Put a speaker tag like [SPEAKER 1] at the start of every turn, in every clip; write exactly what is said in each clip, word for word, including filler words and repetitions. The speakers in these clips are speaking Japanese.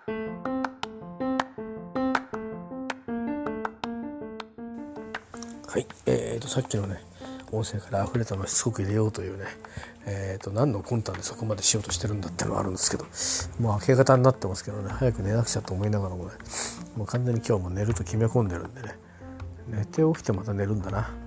[SPEAKER 1] はい、えー、とさっきのね音声から溢れたのをしつこく入れようというね、えー、と何の魂胆でそこまでしようとしてるんだっていうのはあるんですけど、もう明け方になってますけどね、早く寝なくちゃと思いながらもね、もう完全に今日も寝ると決め込んでるんでね、寝て起きてまた寝るんだな、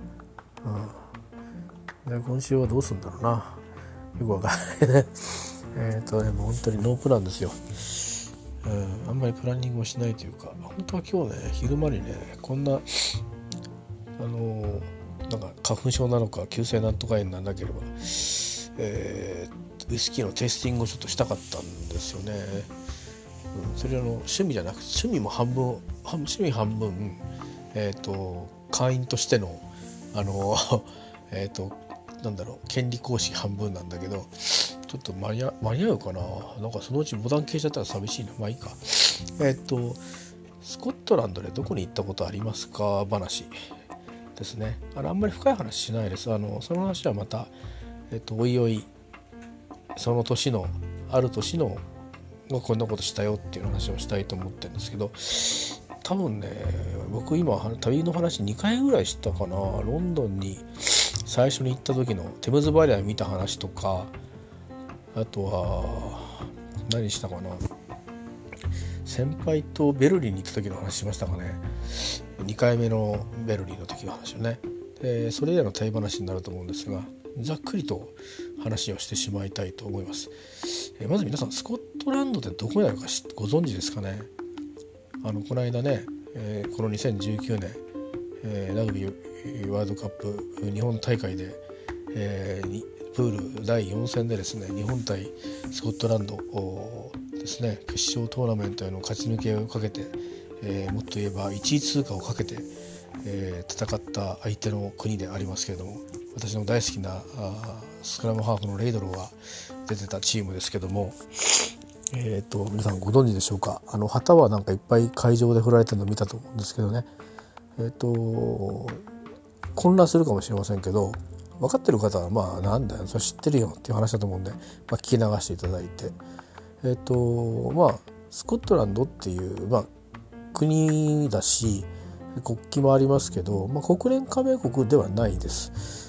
[SPEAKER 1] うん、で今週はどうするんだろうな、よくわかんないねえっとねもう本当にノープランですよ。うん、あんまりプランニングをしないというか、本当は今日ね昼間にねこんなあのなんか花粉症なのか急性なんとか炎なんなければ、えー、ウイスキーのテイスティングをちょっとしたかったんですよね、うん、それはの趣味じゃなくて趣味も半分趣味半分、えー、と会員としてのあのえっとなんだろう権利行使半分なんだけど、ちょっと間に合間に合うかな、なんかそのうちボタン消えちゃったら寂しいな、まあいいか。えっ、とスコットランドでどこに行ったことありますか話ですね。あのあんまり深い話しないです。あのその話はまた、えっ、とおいおいその年のある年のこんなことしたよっていう話をしたいと思ってるんですけど、多分ね僕今旅の話にかいぐらいしたかな。ロンドンに最初に行った時のテムズバリア見た話とか、あとは何したかな、先輩とベルリンに行った時の話しましたかね。にかいめのベルリンの時の話をね、でそれ以来の旅話になると思うんですが、ざっくりと話をしてしまいたいと思います。えまず皆さんスコットランドってどこにあるかご存知ですかね。あのこの間ね、えー、このにせんじゅうきゅうねん、えー、ラグビーワールドカップ日本大会で、えー、プールだいよん戦でですね、日本対スコットランドですね、決勝トーナメントへの勝ち抜けをかけて、えー、もっと言えばいちい通過をかけて、えー、戦った相手の国でありますけれども、私の大好きなあスクラムハーフのレイドローが出てたチームですけども、えー、と皆さんご存知でしょうか。あの旗はなんかいっぱい会場で振られてるのを見たと思うんですけどね、えー、と混乱するかもしれませんけど、分かってる方はまあなんだよそれ知ってるよっていう話だと思うんで、まあ、聞き流していただいて、えっ、とまあスコットランドっていう、まあ、国だし国旗もありますけど、まあ、国連加盟国ではないです。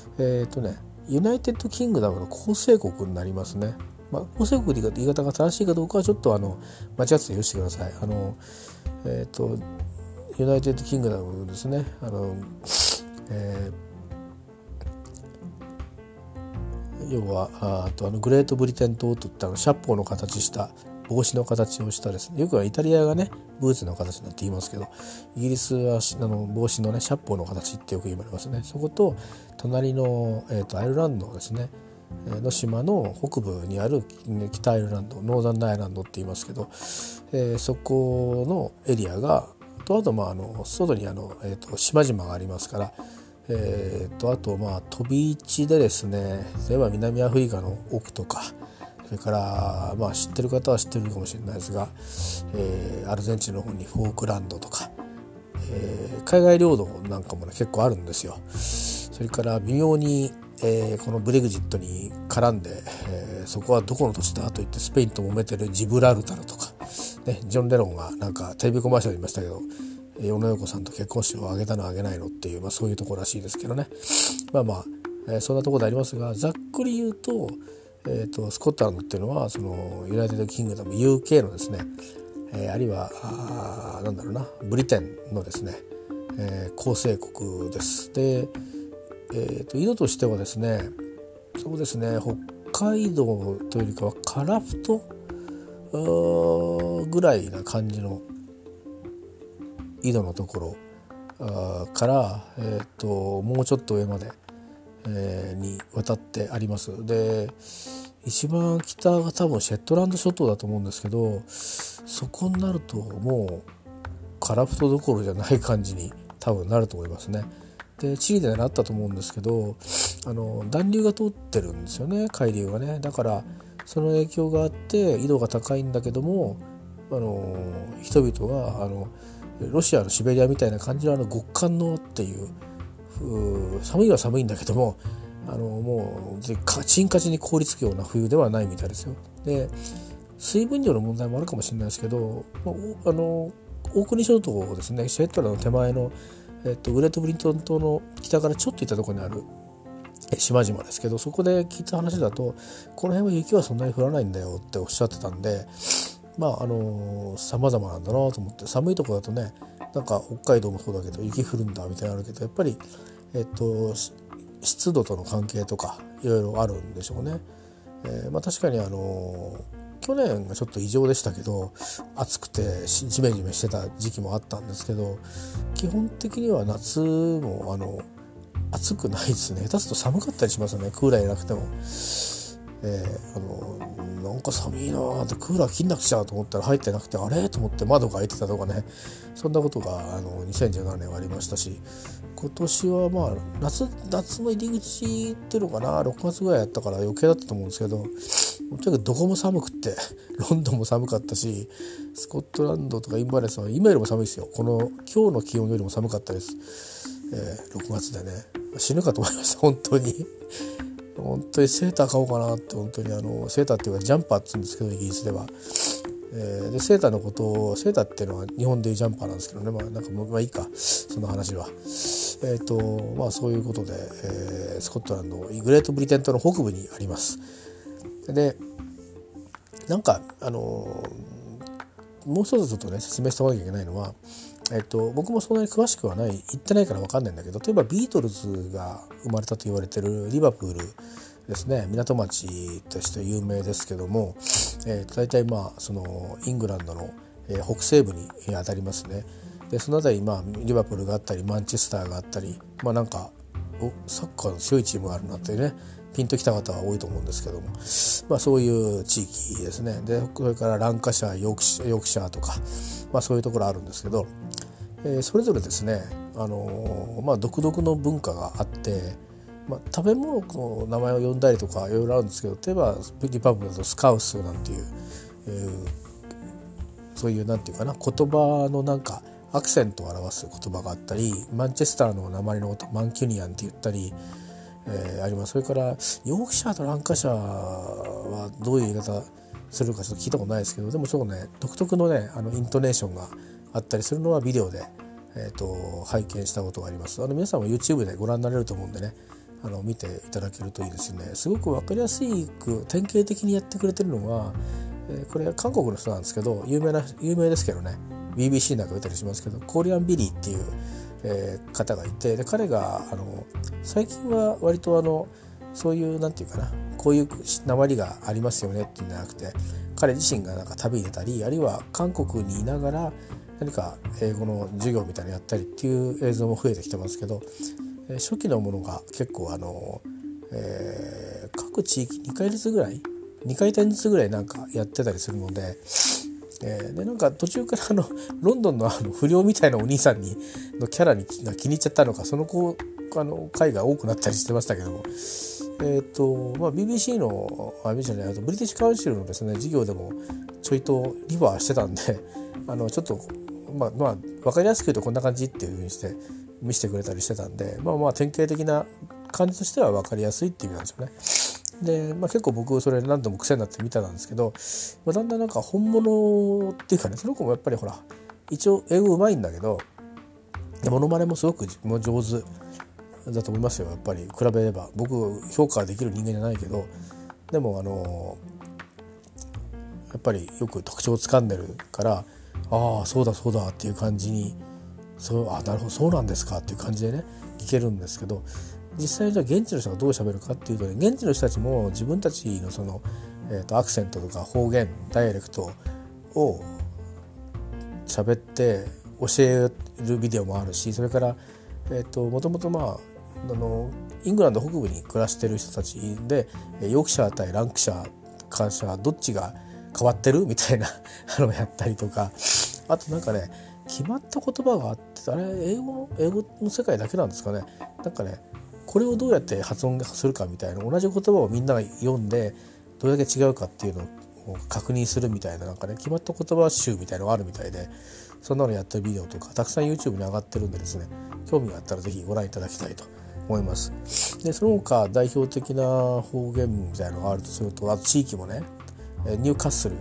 [SPEAKER 1] えっ、とねユナイテッドキングダムの構成国になりますね。まあ、構成国で言い方が正しいかどうかはちょっとあの間違ってて許してください。あのえっ、とユナイテッドキングダムですね。あの、えー、要は あ, あとあのグレートブリテン島といったのシャッポーの形した帽子の形をしたですね、よくはイタリアがねブーツの形なんて言いますけど、イギリスはあの帽子のねシャッポーの形ってよく言われますね。そこと隣の、えー、とアイルランドですねの島の北部にある北アイルランドノーザンアイルランドって言いますけど、えー、そこのエリアがとあとまああの外にあの、えー、と島々がありますから、えー、とあとまあ飛び地でですね、例えば南アフリカの奥とか、それからまあ知ってる方は知ってるかもしれないですが、えー、アルゼンチンの方にフォークランドとか、えー、海外領土なんかもね結構あるんですよ。それから微妙にえー、このブレグジットに絡んで、えー、そこはどこの土地だと言ってスペインと揉めてるジブラルタルとか、ね、ジョン・レノンがなんかテレビコマーシャルに言いましたけど、小野洋子さんと結婚式を挙げたの挙げないのっていう、まあ、そういうところらしいですけどね。まあまあ、えー、そんなところでありますが、ざっくり言うと、えー、とスコットランドっていうのはそのユナイテッドキングダム ユーケー のですね、えー、あるいはあなんだろうなブリテンのですね、えー、構成国です。でえー、と井戸としてはですね、そうですね、北海道というよりかは樺太ぐらいな感じの井戸のところから、えー、ともうちょっと上まで、えー、に渡ってあります。で一番北が多分シェットランド諸島だと思うんですけど、そこになるともう樺太どころじゃない感じに多分なると思いますね。でチリで習ったと思うんですけど、あの暖流が通ってるんですよね、海流がね。だからその影響があって緯度が高いんだけども、あの人々があのロシアのシベリアみたいな感じのあの極寒のっていう、う寒いは寒いんだけども、あのもうカチンカチンに凍りつくような冬ではないみたいですよ。で水分量の問題もあるかもしれないですけど、あの大国諸島ですね、シェットランの手前の、えっと、グレートブリトン島の北からちょっと行ったところにある島々ですけど、そこで聞いた話だとこの辺は雪はそんなに降らないんだよっておっしゃってたんで、まああの様々なんだなと思って、寒いところだとね、なんか北海道もそうだけど雪降るんだみたいなのあるけど、やっぱり、えっと、湿度との関係とかいろいろあるんでしょうね。えーまあ、確かにあの去年がちょっと異常でしたけど、暑くてジメジメしてた時期もあったんですけど、基本的には夏もあの暑くないですね。下手すると寒かったりしますよね、クーラーいなくても。えー、あのなんか寒いなーってクーラー切んなくちゃと思ったら入ってなくて、あれと思って窓が開いてたとかね、そんなことがあのにせんじゅうななねんはありましたし、今年はまあ 夏, 夏の入り口っていうのかな、ろくがつぐらいやったから余計だったと思うんですけど、とにかくどこも寒くってロンドンも寒かったし、スコットランドとかインバレスは今よりも寒いですよ。この今日の気温よりも寒かったです、えー、ろくがつでね死ぬかと思いました本当に本当にセーター買おうかなって、本当にあのセーターっていうかジャンパーって言うんですけどイギリスでは、えー、でセーターのことをセーターっていうのは日本でいうジャンパーなんですけどね、まあなんかもうまあいいかその話は。えーとまあ、そういうことで、えー、スコットランドグレートブリテン島の北部にあります。でなんかあのー、もう一つちょっとね説明しておかなきゃいけないのは、えーと、僕もそんなに詳しくはない、行ってないから分かんないんだけど、例えばビートルズが生まれたと言われてるリバプールですね、港町として有名ですけども、えー、大体まあそのイングランドの、えー、北西部に当たりますね。でそのあたり、まあ、リバプールがあったりマンチェスターがあったり、まあなんかおサッカーの強いチームがあるなってねピンときた方は多いと思うんですけども、まあ、そういう地域ですね。でそれからランカシャーヨークシャー、ヨークシャーとか、まあ、そういうところあるんですけど、えー、それぞれですね、あのーまあ、独特の文化があって、まあ、食べ物の名前を呼んだりとかいろいろあるんですけど、例えばリパブルだとスカウスなんていう、えー、そういうなんていうかな言葉のなんかアクセントを表す言葉があったり、マンチェスターの訛りのことマンキュニアンって言ったり、えー、あります。それからヨークシャーとランカシャーはどういう言い方するかちょっと聞いたことないですけど、でもそうね独特のねあのイントネーションがあったりするのはビデオで、えー、と拝見したことがあります。あの皆さんも YouTube でご覧になれると思うんでね、あの見ていただけるといいですね。すごく分かりやすく典型的にやってくれてるのが、えー、これは韓国の人なんですけど、有名な有名ですけどね ビービーシー なんか出たりしますけど、コリアンビリーっていう、えー、方がいて、で彼があの最近は割とあのそういうなんていうかなこういう訛りがありますよねっていうんじゃなくて、彼自身がなんか旅に出たり、あるいは韓国にいながら何か英語の授業みたいなのやったりっていう映像も増えてきてますけど、えー、初期のものが結構あの、えー、各地域にかいずつぐらいにかい転ずつぐらいなんかやってたりするので、えー、でなんか途中からあのロンドンのあの不良みたいなお兄さんにのキャラにが気に入っちゃったのか、その子あの回が多くなったりしてましたけども、えーとまあ、ビービーシー のあれじゃない、あとブリティッシュカウンシルのですね授業でもちょいとリファーしてたんで、あのちょっとまあまあ分かりやすく言うとこんな感じっていう風にして見せてくれたりしてたんで、まあまあ典型的な感じとしては分かりやすいっていう意味なんですよね。で、まあ、結構僕それ何度も癖になって見たんですけど、まあ、だんだんなんか本物っていうかね、その子もやっぱりほら一応英語うまいんだけどモノマネもすごくもう上手だと思いますよ。やっぱり比べれば僕評価できる人間じゃないけど、でもあのやっぱりよく特徴をつかんでるから、ああそうだそうだっていう感じに、そうあなるほどそうなんですかっていう感じでね聞けるんですけど、実際じゃあ現地の人がどう喋るかっていうとね、現地の人たちも自分たちのその、えー、とアクセントとか方言ダイアレクトを喋って教えるビデオもあるし、それからえー、ともともとまああのイングランド北部に暮らしてる人たちでヨークシャー対ランクシャーカーシャーどっちが変わってるみたいなのをやったりとか、あとなんかね決まった言葉があって、あれ英語の英語の世界だけなんですかね、なんかねこれをどうやって発音するかみたいな、同じ言葉をみんなが読んでどれだけ違うかっていうのを確認するみたいな、なんかね決まった言葉集みたいなのがあるみたいで、そんなのやってるビデオとかたくさん YouTube に上がってるんでですね、興味があったらぜひご覧いただきたいと思います。でその他代表的な方言みたいなのがあるとすると、あと地域もねニューカッスル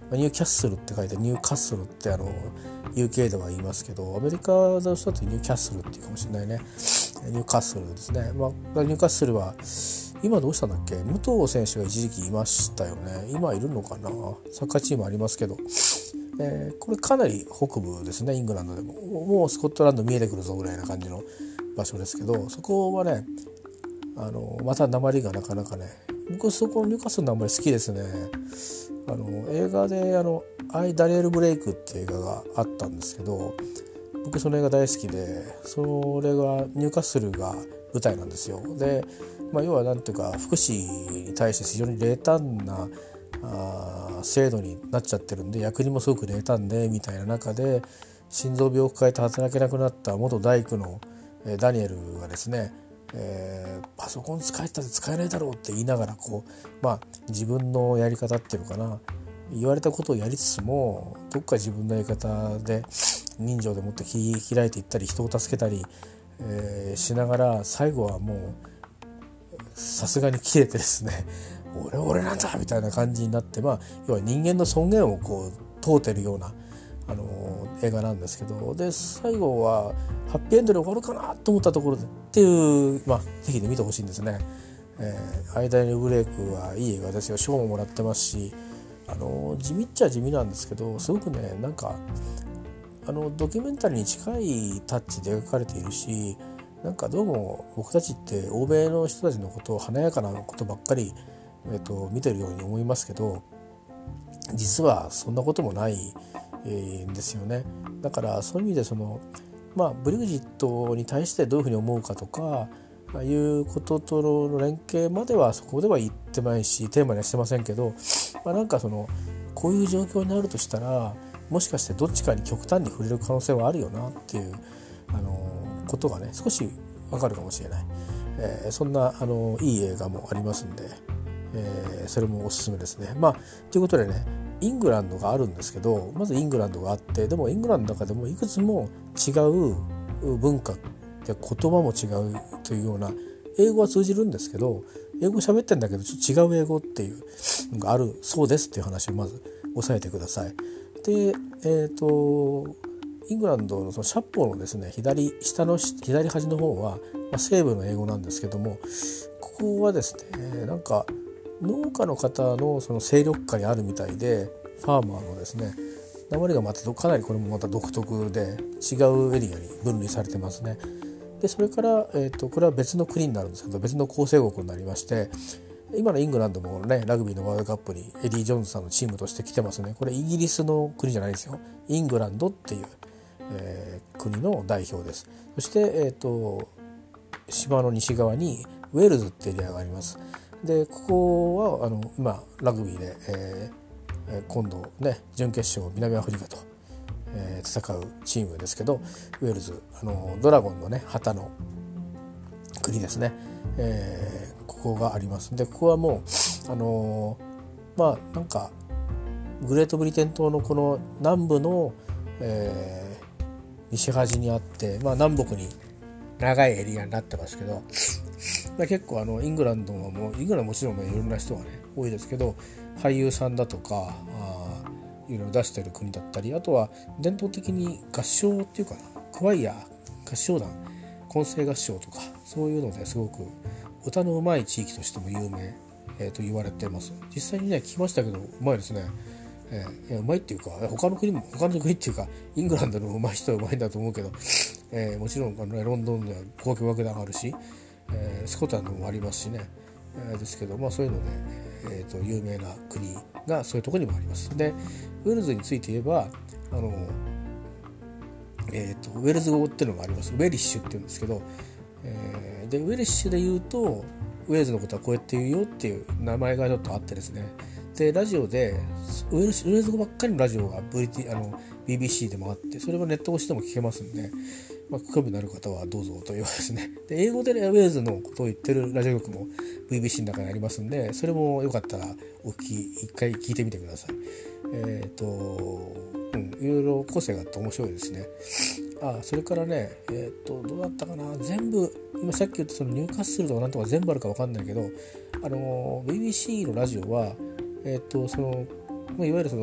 [SPEAKER 1] ニューキャッスルって書いてニューカッスルってあの ユーケー では言いますけど、アメリカの人だとニューキャッスルっていうかもしれないね。ニューカッスルですね。まあ、ニューカッスルは今どうしたんだっけ、武藤選手が一時期いましたよね。今いるのかな、サッカーチームありますけど、えー、これかなり北部ですね。イングランドでももうスコットランド見えてくるぞぐらいな感じの場所ですけど、そこはねあのまた訛りがなかなかね、僕そこのニューカッスルのあんまり好きですね。あの映画であのアイ・ダニエル・ブレイクっていう映画があったんですけど、僕その映画大好きで、それがニューカッスルが舞台なんですよ。で、まあ、要はなんていうか福祉に対して非常に冷淡なあ制度になっちゃってるんで、役人もすごく冷淡でみたいな中で、心臓病を抱えて働けなくなった元大工の、えー、ダニエルがですね、えー、パソコン使えたって使えないだろうって言いながらこう、まあ、自分のやり方っていうのかな、言われたことをやりつつもどっか自分のやり方で人情でもって切り開いていったり人を助けたり、えー、しながら最後はもうさすがに切れてですね俺俺なんだみたいな感じになって、まあ、要は人間の尊厳をこう問うてるような、あのー、映画なんですけど、で最後はハッピーエンドで終わるかなと思ったところでっていう、まあ、ぜひね見てほしいんですね。えー、アイ・ダニエル・ブレイクはいい映画ですよ。賞ももらってますし、あの地味っちゃ地味なんですけど、すごくねなんかあのドキュメンタリーに近いタッチで描かれているし、なんかどうも僕たちって欧米の人たちのことを華やかなことばっかり、えー、と見てるように思いますけど、実はそんなこともない、えー、んですよね。だからそういう意味でその、まあ、ブレグジットに対してどういうふうに思うかとかああいうこととの連携まではそこでは言ってないしテーマにはしてませんけど、まあ、なんかそのこういう状況になるとしたらもしかしてどっちかに極端に触れる可能性はあるよなっていう、あのことがね少しわかるかもしれない、えー、そんなあのいい映画もありますんで、えー、それもおすすめですね。まあということでね、イングランドがあるんですけど、まずイングランドがあって、でもイングランドの中でもいくつも違う文化で言葉も違うというような、英語は通じるんですけど英語喋ってんだけどちょっと違う英語っていうのがあるそうですっていう話をまず押さえてください。で、えーとイングランドのそのシャッポーのですね左下の左端の方は、まあ、西部の英語なんですけども、ここはですねなんか農家の方のその勢力下にあるみたいで、ファーマーのですね訛りがまたかなりこれもまた独特で違うエリアに分類されてますね。でそれから、えーと、これは別の国になるんですけど、別の構成国になりまして、今のイングランドもねラグビーのワールドカップにエディ・ジョーンズさんのチームとして来てますね。これイギリスの国じゃないですよ。イングランドっていう、えー、国の代表です。そして、えーと、島の西側にウェールズってエリアがあります。でここはあの今ラグビーで、えー、今度ね準決勝南アフリカと、えー、戦うチームですけど、ウェールズあのドラゴンのね旗の国ですね、えー、ここがあります。でここはもうあのー、まあなんかグレートブリテン島のこの南部の、えー、西端にあって、まあ、南北に長いエリアになってますけど、結構あのイングランドはもうイングランドもちろんいろんな人がね多いですけど、俳優さんだとかあいろいろ出してる国だったり、あとは伝統的に合唱っていうかな、クワイヤー合唱団混声合唱とかそういうのですごく歌のうまい地域としても有名、えー、と言われてます。実際にね聞きましたけどうまいですね。えー、うまいっていうか他の国も他の国っていうかイングランドのうまい人はうまいんだと思うけど、えー、もちろんあのロンドンでは交響楽団があるし、えー、スコットランドもありますしね、えー、ですけど、まあ、そういうので、えー、と有名な国がそういうところにもあります。でウェールズについて言えばあの、えー、とウェールズ語っていうのがあります。ウェリッシュっていうんですけど、えー、でウェリッシュで言うとウェールズのことはこうやって言うよっていう名前がちょっとあってですね、でラジオでウェールズ、ウェールズ語ばっかりのラジオが ブイティー あの ビービーシー でもあって、それはネット越しでも聞けますんで、まあ、興味のある方はどうぞというですね。で英語で、ね、ウェールズのことを言ってるラジオ局も ブイビーシー の中にありますんで、それもよかったらお聞き一回聞いてみてください。えっ、ー、と、うん、いろいろ個性があって面白いですね。あ、それからね、えっ、ー、とどうだったかな、全部今さっき言ったそのニューカッスルとかなんとか全部あるか分かんないけど、あの ビービーシー のラジオはえっ、ー、とそのいわゆるその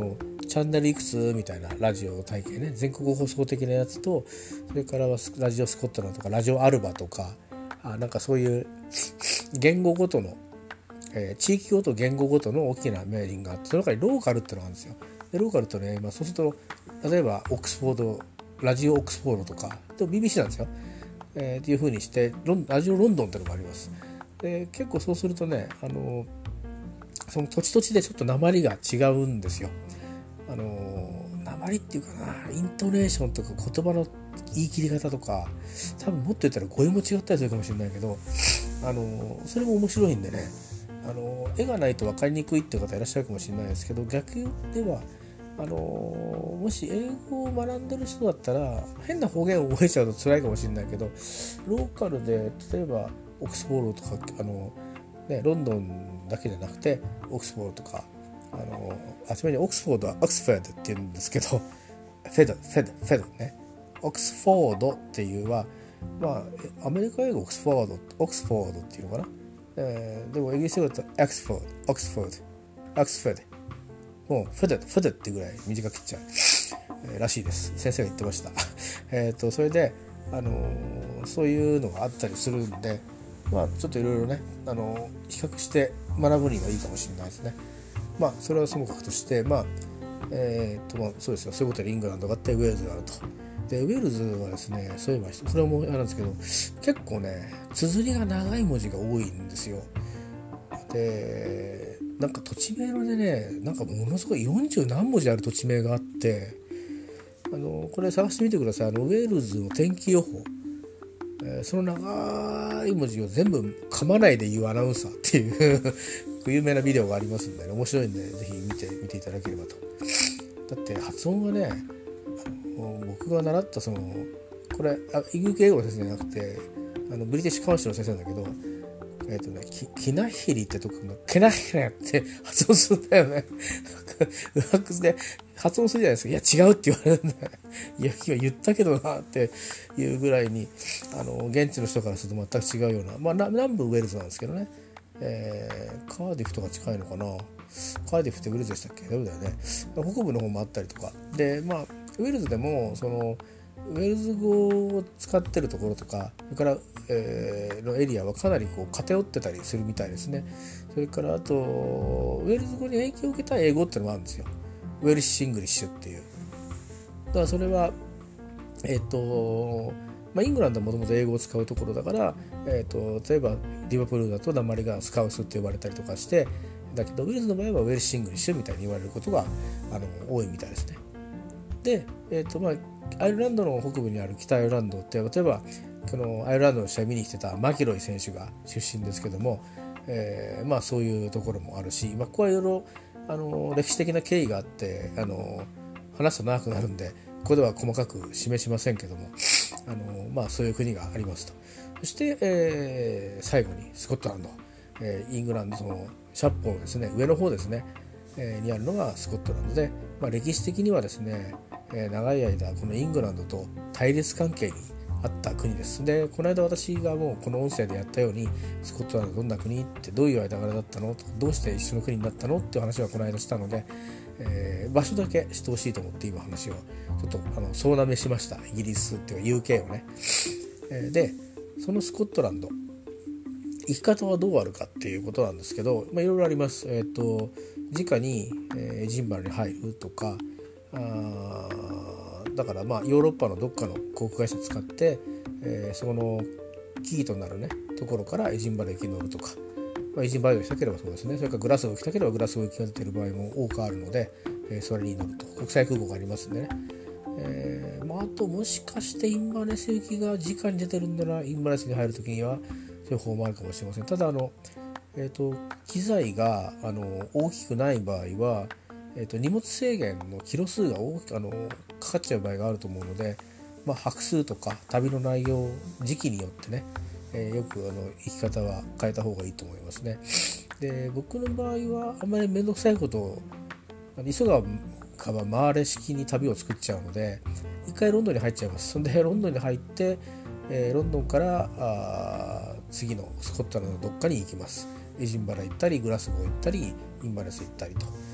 [SPEAKER 1] チャンネルいくつみたいなラジオ体系ね、全国放送的なやつと、それからはラジオスコットランドとかラジオアルバとか、あなんかそういう言語ごとの、えー、地域ごと言語ごとの大きなメーリングがあって、その中にローカルっていうのがあるんですよ。でローカルとね、まあ、そうすると例えばオックスフォードラジオオックスフォードとかでも ビービーシー なんですよ、えー、っていう風にしてロンラジオロンドンっていうのがあります。で結構そうするとね、あのその土地土地でちょっと訛りが違うんですよ。あの訛りっていうかな、イントネーションとか言葉の言い切り方とか、多分もっと言ったら語彙も違ったりするかもしれないけど、あのそれも面白いんでね、あの絵がないと分かりにくいっていう方いらっしゃるかもしれないですけど、逆ではあのもし英語を学んでる人だったら変な方言を覚えちゃうと辛いかもしれないけど、ローカルで例えばオックスフォードとかあの、ね、ロンドンだけじゃなくてオックスフォードとか、あのあちなみにオックスフォードはオックスフォードって言うんですけど、フェドフェドフェドね、オックスフォードっていうはまあアメリカ英語オックスフォードオックスフォードっていうのかな、えー、でもイギリス英語だとオックスフォードオックスフォードオックスフォード、もうフェドフェドってぐらい短く切っちゃう、えー、らしいです。先生が言ってましたえっとそれで、あのー、そういうのがあったりするんで、まあちょっといろいろね、あのー、比較して学ぶにはいいかもしれないですね。まあそれはともかくとして、まあえー、っとまあそうですよ、そういうことでイングランドがあってウェールズがあると。でウェールズはですね、そういえばそれもあるんですけど、結構ね綴りが長い文字が多いんですよ。でなんか土地名のでね、なんかものすごいよんじゅう何文字ある土地名があって、あのこれ探してみてください。あのウェールズの天気予報、えー、その長い文字を全部噛まないで言うアナウンサーっていう有名なビデオがありますんで、ね、面白いんでぜひ見て見ていただければと。だって発音がね、僕が習ったそのこれあイギリス英語の先生じゃなくて、あのブリティッシュカウンシルの先生なんだけど、えっとね、キナヒリってとこのケナヒリって発音するんだよね。ウラックスで発音するじゃないですか。いや違うって言われるんだよ。いや今言ったけどなっていうぐらいに、あの現地の人からすると全く違うような、まあ南部ウェールズなんですけどね、えー、カーディフとか近いのかな。カーディフってウェールズでしたっけ？そうだよね。北部の方もあったりとかで、まあウェールズでもそのウェールズ語を使ってるところとか、それから、えー、のエリアはかなりこう偏ってたりするみたいですね。それからあとウェールズ語に影響を受けた英語っていうのもあるんですよ。ウェルシッシュ・イングリッシュっていう。だからそれはえっ、ー、とまあイングランドはもともと英語を使うところだから、えー、と例えばリバプールだと訛りがスカウスって呼ばれたりとかして、だけどウェールズの場合はウェルシッシュ・イングリッシュみたいに言われることがあの多いみたいですね。で、えっ、ー、とまあアイルランドの北部にある北アイルランドって、例えばこのアイルランドの試合見に来てたマキロイ選手が出身ですけども、えー、まあそういうところもあるし、まあ、ここはいろいろあの歴史的な経緯があってあの話すと長くなるんでここでは細かく示しませんけども、あの、まあ、そういう国がありますと。そして、えー、最後にスコットランド、えー、イングランドのシャッポーですね、上の方ですね、えー、にあるのがスコットランドで、まあ、歴史的にはですね、えー、長い間このイングランドと対立関係にあった国です。でこの間私がもうこの音声でやったように、スコットランドどんな国ってどういう間柄だったのと、どうして一緒の国になったのっていう話はこの間したので、えー、場所だけ知ってほしいと思って今話をちょっとあの総なめしました。イギリスっていうか ユーケー をね、えー、でそのスコットランド生き方はどうあるかっていうことなんですけど、まあ、いろいろあります。えっ、ー、と直に、えー、エジンバラに入るとか、あだからまあヨーロッパのどっかの航空会社使って、えー、そのキーとなるねところからエジンバラ行きに乗るとか、まあ、エジンバラ行きたければそうですね、それからグラスゴー行きたければグラスゴー行きが出ている場合も多くあるので、えー、それに乗ると国際空港がありますんでね、えーまあ、あともしかしてインバレス行きが直に出てるんならインバレスに入るときにはそういう方もあるかもしれません。ただあの、えー、と機材があの大きくない場合は、えー、と荷物制限のキロ数が大きくあのかかっちゃう場合があると思うので、まあ、泊数とか旅の内容時期によってね、えー、よくあの行き方は変えた方がいいと思いますね。で僕の場合はあんまり面倒くさいことを急がば回れ式に旅を作っちゃうので、一回ロンドンに入っちゃいます。そんでロンドンに入って、えー、ロンドンからあ次のスコットランドのどっかに行きます。エジンバラ行ったりグラスゴー行ったりインバレス行ったりと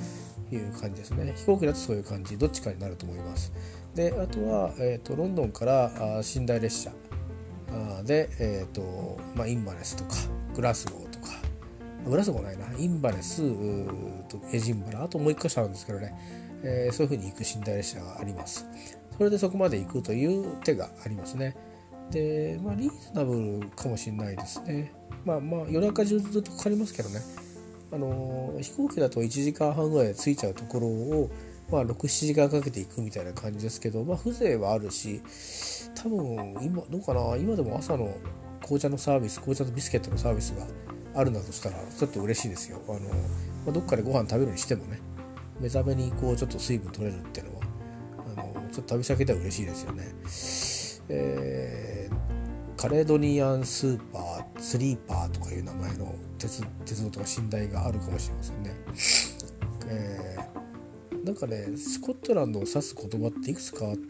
[SPEAKER 1] いう感じですね。飛行機だとそういう感じ、どっちかになると思います。であとは、えー、とロンドンからあ寝台列車あで、えーとまあ、インバネスとかグラスゴーとか、グラスゴーないな、インバネスとエジンバラ、あともう一箇所あるんですけどね、えー、そういう風に行く寝台列車があります。それでそこまで行くという手がありますね。で、まあ、リーズナブルかもしれないですね。まあまあ夜中中ずっとかかりますけどね。あのー、飛行機だといちじかんはんぐらいで着いちゃうところを、まあ、ろく、ななじかんかけていくみたいな感じですけど、まあ、風情はあるし、多分今どうかな、今でも朝の紅茶のサービス、紅茶とビスケットのサービスがあるんだとしたらちょっと嬉しいですよ。あの、まあ、どっかでご飯食べるにしてもね、目覚めにこうちょっと水分取れるっていうのは、あのちょっと旅先では嬉しいですよね。えー、カレドニアンスーパースリーパーとかいう名前の 鉄, 鉄道とか寝台があるかもしれませんね。えー、なんかね、スコットランドを指す言葉っていくつかあって、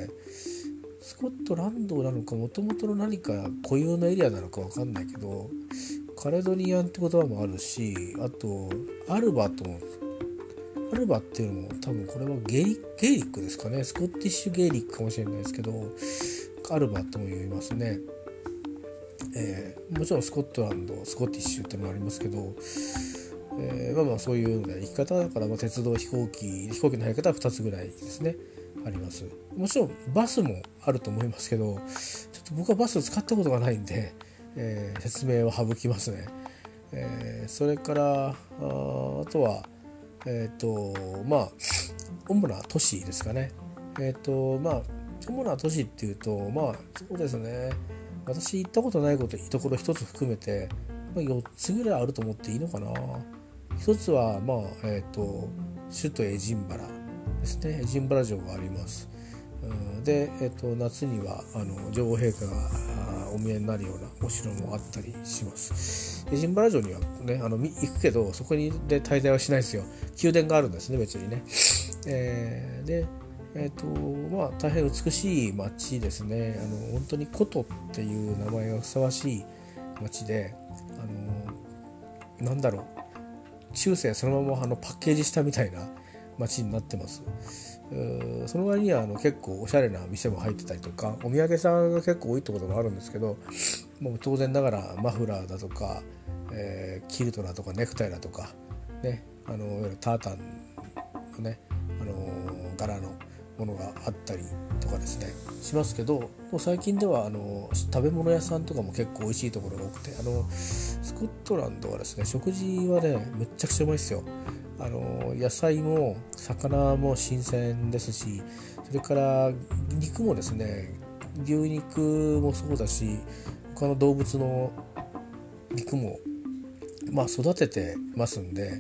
[SPEAKER 1] スコットランドなのかもともとの何か固有のエリアなのか分かんないけど、カレドニアンって言葉もあるし、あとアルバとアルバっていうのも多分これはゲリゲリックですかね、スコティッシュゲリックかもしれないですけど、アルバとも言いますね。えー、もちろんスコットランドスコティッシュっていうのもありますけど、えー、まあまあそういうので行き方だから、まあ鉄道飛行機飛行機の入り方はふたつぐらいですね、あります。もちろんバスもあると思いますけど、ちょっと僕はバスを使ったことがないんで、えー、説明を省きますね。えー、それからあ, あとはえっ、ー、とまあ主な都市ですかね。えっ、ー、とまあ主な都市っていうと、まあそうですね、私行ったことないことところ一つ含めて、まあ、よっつぐらいあると思っていいのかな。一つはまあえっ、ー、と首都エジンバラですね。エジンバラ城があります。で、えっと、夏にはあの女王陛下がお見えになるようなお城もあったりします。エジンバラ城にはね、あの行くけどそこにで滞在はしないですよ。宮殿があるんですね、別にね。えー、で、えっとまあ大変美しい街ですね。あの本当に古都っていう名前がふさわしい街で、あのなんだろう、中世そのままあのパッケージしたみたいな街になってます。その割にはあの結構おしゃれな店も入ってたりとか、お土産屋さんが結構多いってこともあるんですけど、もう当然ながらマフラーだとか、えー、キルトだとかネクタイだとかね、あのいわゆるタータンのね、あの柄のものがあったりとかですねしますけど、もう最近ではあの食べ物屋さんとかも結構美味しいところが多くて、あのスコットランドはですね、食事はねめっちゃくちゃうまいですよ。あの野菜も魚も新鮮ですし、それから肉もですね、牛肉もそうだし、他の動物の肉もまあ育ててますんで、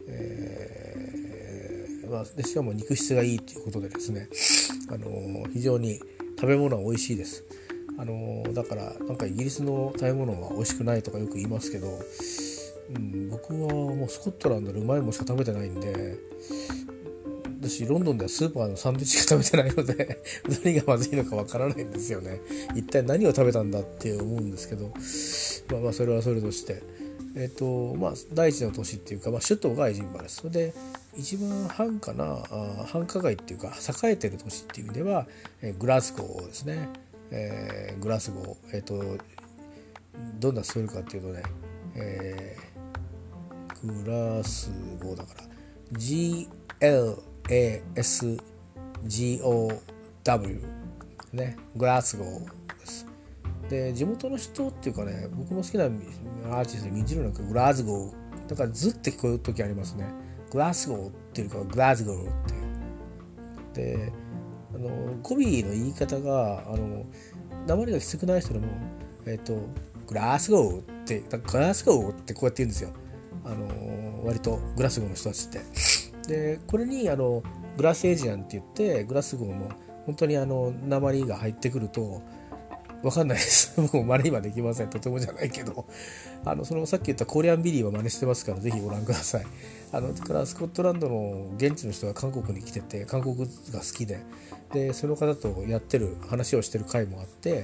[SPEAKER 1] えーまあ、でしかも肉質がいいということでですね、あの非常に食べ物は美味しいです。あのだからなんかイギリスの食べ物は美味しくないとかよく言いますけど、うん、僕はもうスコットランドでうまいものしか食べてないんで、私ロンドンではスーパーのサンドイッチしか食べてないので何がまずいのかわからないんですよね。一体何を食べたんだって思うんですけど、まあまあそれはそれとして、えっとまあ第一の都市っていうか、まあ、首都がエジンバラです。それで一番繁華なあ繁華街っていうか栄えてる都市っていう意味では、えー、グラスゴーですね。えー、グラスゴー、えっとどんなスペルかっていうとね、えーグラスゴーだから ジーエルエーエスジーオーダブリュー ね、グラスゴーです。で地元の人っていうかね、僕の好きなアーティストで見じるのがグラスゴーだからずって聞こえる時ありますね。グラスゴーっていうかグラスゴーっていうで、あの語尾の言い方があの訛りがきつくない人でも、えっとグラスゴーってグラスゴーってこうやって言うんですよ。あの割とグラスゴーの人たちってで、これにあのグラスエイジアンって言ってグラスゴーの本当にあの訛りが入ってくると分かんないです僕も真似はできません、とてもじゃないけど、あのそのさっき言ったコーリアンビリーは真似してますから、ぜひご覧ください。あのだからスコットランドの現地の人が韓国に来てて、韓国が好きででその方とやってる話をしてる回もあって、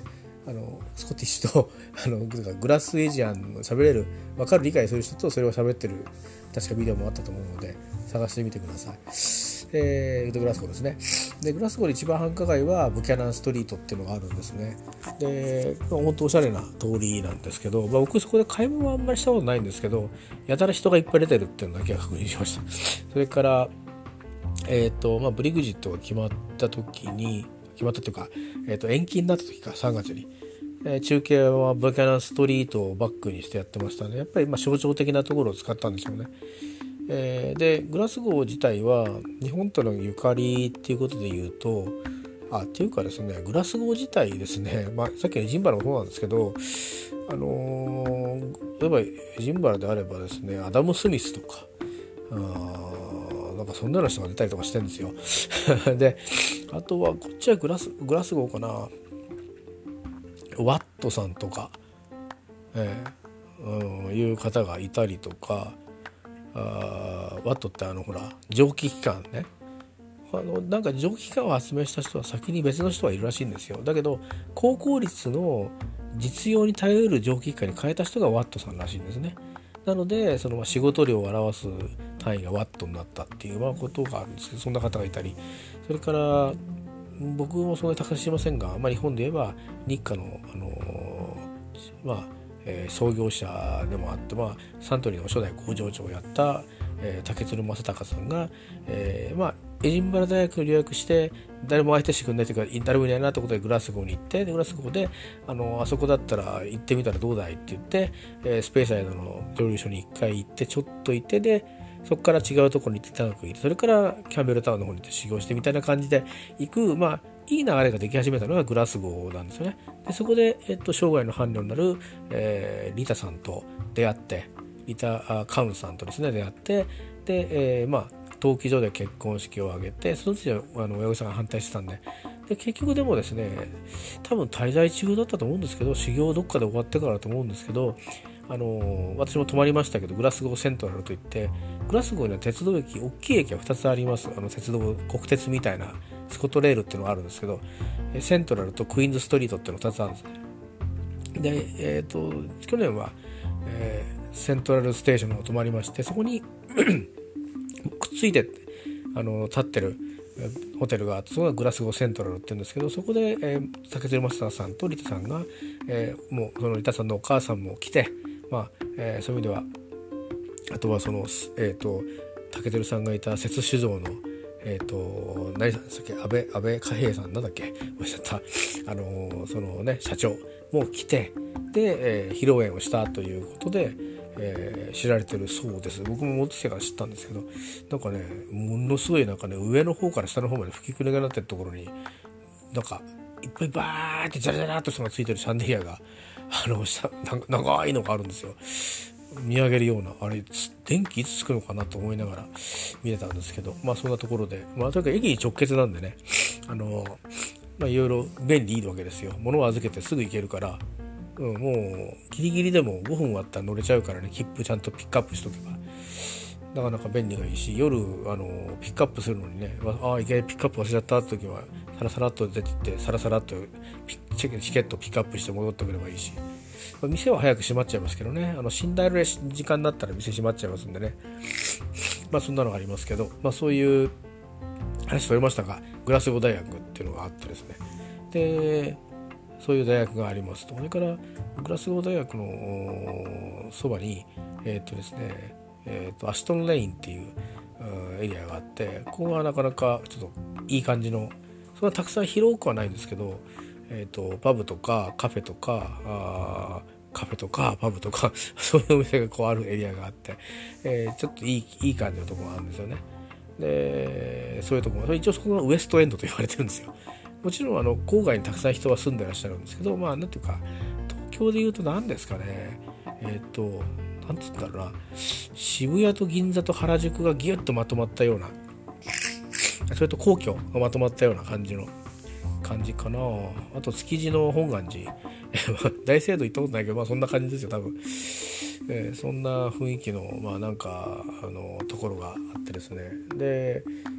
[SPEAKER 1] あのスコティッシュとあのグラスエジアンの喋れる分かる理解する人とそれを喋ってる確かビデオもあったと思うので探してみてください。えー、でグラスゴーですね。でグラスゴーで一番繁華街はブキャナンストリートっていうのがあるんですね。で本当おしゃれな通りなんですけど、まあ、僕そこで買い物はあんまりしたことないんですけど、やたら人がいっぱい出てるっていうのだけは確認しました。それからえーとまあ、ブリグジットが決まった時に決まったというか、えーと延期になった時かさんがつに、えー、中継はブキャナンストリートをバックにしてやってましたね。やっぱりまあ象徴的なところを使ったんですよね。えー、でグラスゴー自体は日本とのゆかりっていうことで言うとあっていうかですねグラスゴー自体ですね、まあ、さっきのエジンバラもそうなんですけど、あのー、例えばエジンバラであればですねアダム・スミスとかあなんかそんなの人が出たりとかしてるんですよであとはこっちはグラスグラスゴーかな、ワットさんとか、えーうん、いう方がいたりとか、あワットってあのほら蒸気機関ね、あのなんか蒸気機関を発明した人は先に別の人がいるらしいんですよ。だけど高効率の実用に耐えうる蒸気機関に変えた人がワットさんらしいんですね。なのでその仕事量を表す単位がワットになったっていうまあことがあるんですけど、そんな方がいたり、それから僕もそんなにたくさん知りませんが、まあ、日本で言えば日課の、あのー、まあえー、創業者でもあって、まあ、サントリーの初代工場長をやった、えー、竹鶴正隆さんが、えーまあ、エジンバラ大学に留学して誰も相手してくれないというか誰もいないなってことでグラスゴーに行って、でグラスゴーであのあそこだったら行ってみたらどうだいって言って、えー、スペーサイドの蒸留所にいっかい行ってちょっと行ってでそこから違うところに行って長く行って、それからキャンベルタウンの方に行って修行してみたいな感じで行く、まあいい流れができ始めたのがグラスゴーなんですよね。でそこで、えっと、生涯の伴侶になる、えー、リタさんと出会って、リタ・カウンさんとですね出会って、で、えー、まあ登記所で結婚式を挙げて、その時はあの親御さんが反対してたんで、で結局でもですね多分滞在中だったと思うんですけど、修行どっかで終わってからだと思うんですけど、あのー、私も泊まりましたけどグラスゴーセントラルといって、グラスゴーには鉄道駅大きい駅がふたつあります。あの鉄道国鉄みたいなスコットレールっていうのがあるんですけど、セントラルとクイーンズストリートっていうのがふたつあるんですね。で、えー、と去年は、えー、セントラルステーションに泊まりまして、そこにくっついてあの立ってるホテルがあって、そこがグラスゴーセントラルって言うんですけど、そこで、えー、竹鶴正さんとリタさんが、えー、もうそのリタさんのお母さんも来て、まあえー、そういう意味ではあとはその、えー、と竹鶴さんがいた摂酒造のえっ、ー、と何さんでしたっけ、安倍安倍貨幣さんなんだっけおっしゃったあのー、そのね社長も来て、で、えー、披露宴をしたということで、えー、知られてるそうです。僕も持ってきてから知ったんですけど、なんかねものすごいなんかね上の方から下の方まで吹きくれがなってるところになんかいっぱいバーってジャラジャラっと人がついてるシャンデリアがあの下長いのがあるんですよ。見上げるような、あれ電気いつつくのかなと思いながら見れたんですけど、まあそんなところで、まあとにかく駅に直結なんでね、あのまあいろいろ便利いいわけですよ。物を預けてすぐ行けるから、うん、もうギリギリでもごふんあったら乗れちゃうからね、切符ちゃんとピックアップしとけばなかなか便利がいいし、夜あのピックアップするのにね、ああいきなりピックアップ忘れちゃったって時はサラサラっと出てってサラサラっとチケットピックアップして戻ってくればいいし、店は早く閉まっちゃいますけどね、あの寝台の時間になったら店閉まっちゃいますんでね、まあそんなのがありますけど、まあそういう話取れましたが、グラスゴー大学っていうのがあってですね、でそういう大学がありますと、それからグラスゴー大学のそばにえー、っとですね、えー、っとアシュトンレインっていうエリアがあって、ここはなかなかちょっといい感じの、そんなたくさん広くはないんですけど、えー、とパブとかカフェとかあカフェとかパブとかそういうお店がこうあるエリアがあって、えー、ちょっといい、いい感じのところがあるんですよね。でそういうところが一応そこがウエストエンドと言われてるんですよ。もちろんあの郊外にたくさん人が住んでらっしゃるんですけど、まあなんていうか東京でいうと何ですかね、えっ、ー、となんつったらな、渋谷と銀座と原宿がギュッとまとまったような、それと皇居がまとまったような感じの感じかな。あと築地の本願寺大聖堂行ったことないけど、まあそんな感じですよ多分、えー、そんな雰囲気のまあなんかあのところがあってですね、で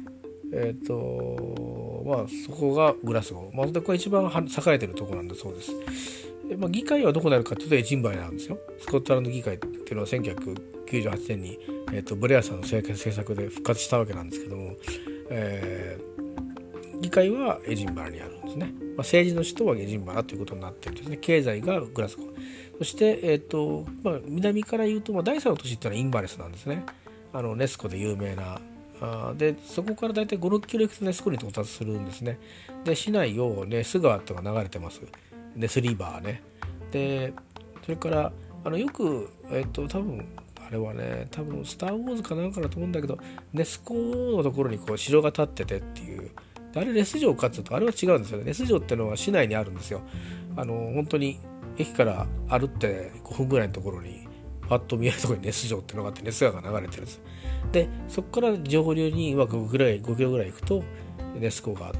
[SPEAKER 1] えっ、ー、とまあそこがグラスゴー、まあ、これ一番栄えてるところなんだそうです。で、まあ、議会はどこになるかというとエジンバラなんですよ。スコットランド議会っていうのはせんきゅうひゃくきゅうじゅうはちねんに、えー、とブレアさんの政策で復活したわけなんですけども、えー、議会はエジンバラにあるんですね。まあ、政治の首都はエジンバラということになっているんですね。経済がグラスゴー、そして、えーとまあ、南から言うと、まあ、だいさんの都市っていうのはインバレスなんですね。あのネスコで有名なあで、そこからだいたいご、ろっキロ行くとネス湖に到達するんですね。で、市内をネス川とか流れてます。ネスリバーね。で、それからあのよく、えっと、多分あれはね、多分スター・ウォーズかなんかだと思うんだけど、ネス湖のところにこう城が建っててっていう、あれネス城かっていうとあれは違うんですよね。ネス城ってのは市内にあるんですよ。あの本当に駅から歩ってごふんぐらいのところにパッと見えるところにネス城っていうのがあって、ネス川が流れてるんです。でそこから上流にごキロぐらい行くとネス湖があって、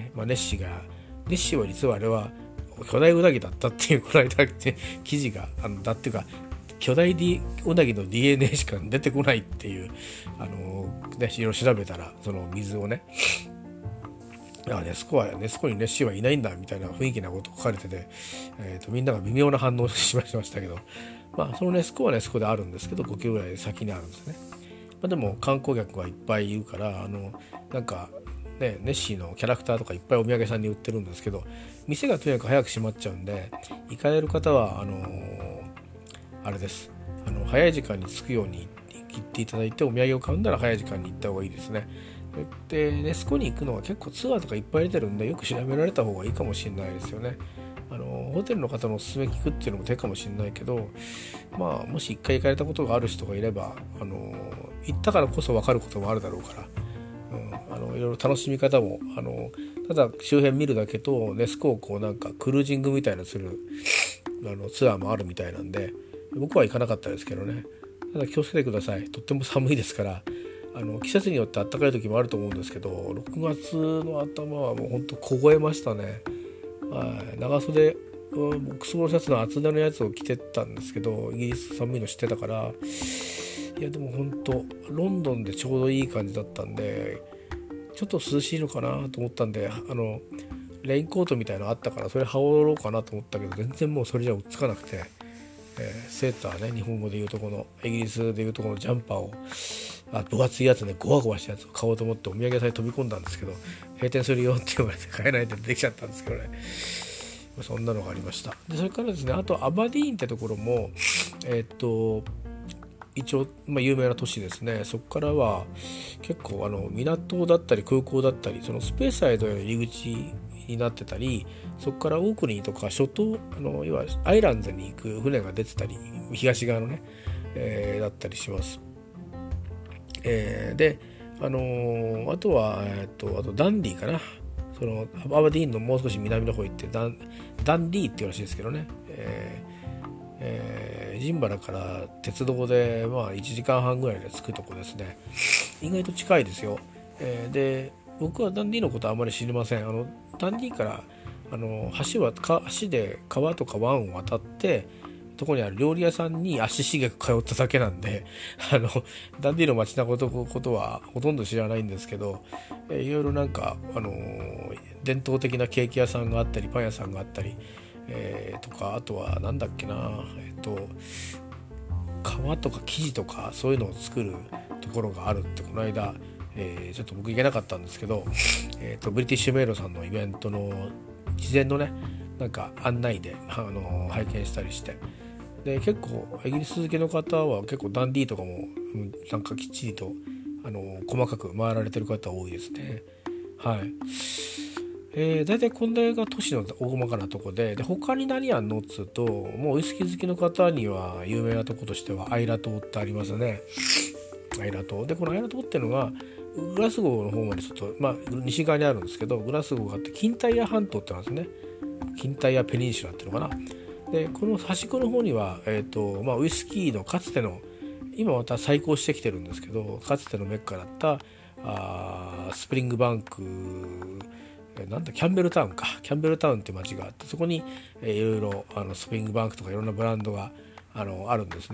[SPEAKER 1] まあ、ネッシがネッシは実はあれは巨大ウナギだったっていうこの間記事があのだっていうか巨大ウナギの ディーエヌエー しか出てこないっていう、あのね、いろいろ調べたらその水をね、あネスコはネスコにネッシーはいないんだみたいな雰囲気なこと書かれてて、えー、とみんなが微妙な反応をしましたけど、まあそのネスコはネスコであるんですけどごキロぐらい先にあるんですね。まあ、でも観光客がいっぱいいるから、あのなんかねネッシーのキャラクターとかいっぱいお土産屋さんに売ってるんですけど、店がとにかく早く閉まっちゃうんで、行かれる方はあのー、あれですあの早い時間に着くように行っていただいて、お土産を買うんなら早い時間に行った方がいいですね。でネスコに行くのは結構ツアーとかいっぱい出てるんで、よく調べられた方がいいかもしれないですよね。あのホテルの方のおすすめ聞くっていうのも手かもしれないけど、まあもし一回行かれたことがある人がいれば、あの行ったからこそ分かることもあるだろうから、うん、あのいろいろ楽しみ方も、あのただ周辺見るだけとネスコをこうなんかクルージングみたいなするあのツアーもあるみたいなんで、僕は行かなかったですけどね。ただ気をつけてください。とっても寒いですから。あの季節によって暖かい時もあると思うんですけど、ろくがつの頭はもうほんと凍えましたね。はい、長袖ボックスボールシャツの厚手のやつを着てったんですけど、イギリス寒いの知ってたから、いやでもほんとロンドンでちょうどいい感じだったんで、ちょっと涼しいのかなと思ったんで、あのレインコートみたいなのあったからそれ羽織ろうかなと思ったけど、全然もうそれじゃ追っつかなくて、えー、セーターね、日本語で言うとこのイギリスで言うとこのジャンパーを、あ分厚いやつね、ゴワゴワしたやつを買おうと思ってお土産屋さんに飛び込んだんですけど、閉店するよって言われて買えないで出てきちゃったんですけどね。そんなのがありました。でそれからですね、あとアバディーンってところもえー、っと一応、まあ、有名な都市ですね。そこからは結構あの港だったり空港だったり、そのスペースサイドへの入り口になってたり、そこからオークニーとか諸島、あのいわゆるアイランズに行く船が出てたり、東側のね、えー、だったりします。えー、で、あのー、あとは、えー、っとあとダンディかな。そのアバディーンのもう少し南の方行ってダンダンディーっていうらしいですけどね。えーえー、ジンバラから鉄道でまあいちじかんはんぐらいで着くとこですね。意外と近いですよ。えー、で僕はダンディーのことはあまり知りません。あのダンディーからあの橋は橋で川とか湾を渡ってとこにある料理屋さんに足しげく通っただけなんで、あのダンディーの街中のことはほとんど知らないんですけど、えー、いろいろなんか、あのー、伝統的なケーキ屋さんがあったりパン屋さんがあったり、えー、とか、あとはなんだっけな、えっと皮とか生地とかそういうのを作るところがあるってこの間、えー、ちょっと僕行けなかったんですけど、えー、とブリティッシュメイロさんのイベントの事前のねなんか案内で、あのー、拝見したりして、で結構イギリス好きの方は結構ダンディーとかも、うん、なんかきっちりと、あのー、細かく回られてる方多いですね。はい。えー、大体こんなが都市の大まかなとこで、で他に何やんのっつうと、もうウイスキー好きの方には有名なとことしてはアイラ島ってありますね。アイラ島で、このアイラ島っていうのがグラスゴーの方までちょっと、まあ、西側にあるんですけど、グラスゴーがあってキンタイヤ半島ってなんですね。キンタイヤペニンシュラっていうのかな。でこの端っこの方には、えーとまあ、ウイスキーのかつての今また再興してきてるんですけど、かつてのメッカだったあスプリングバンク、なんだキャンベルタウンかキャンベルタウンっていう街があって、そこに、えー、いろいろあのスプリングバンクとかいろんなブランドが あのあるんですね。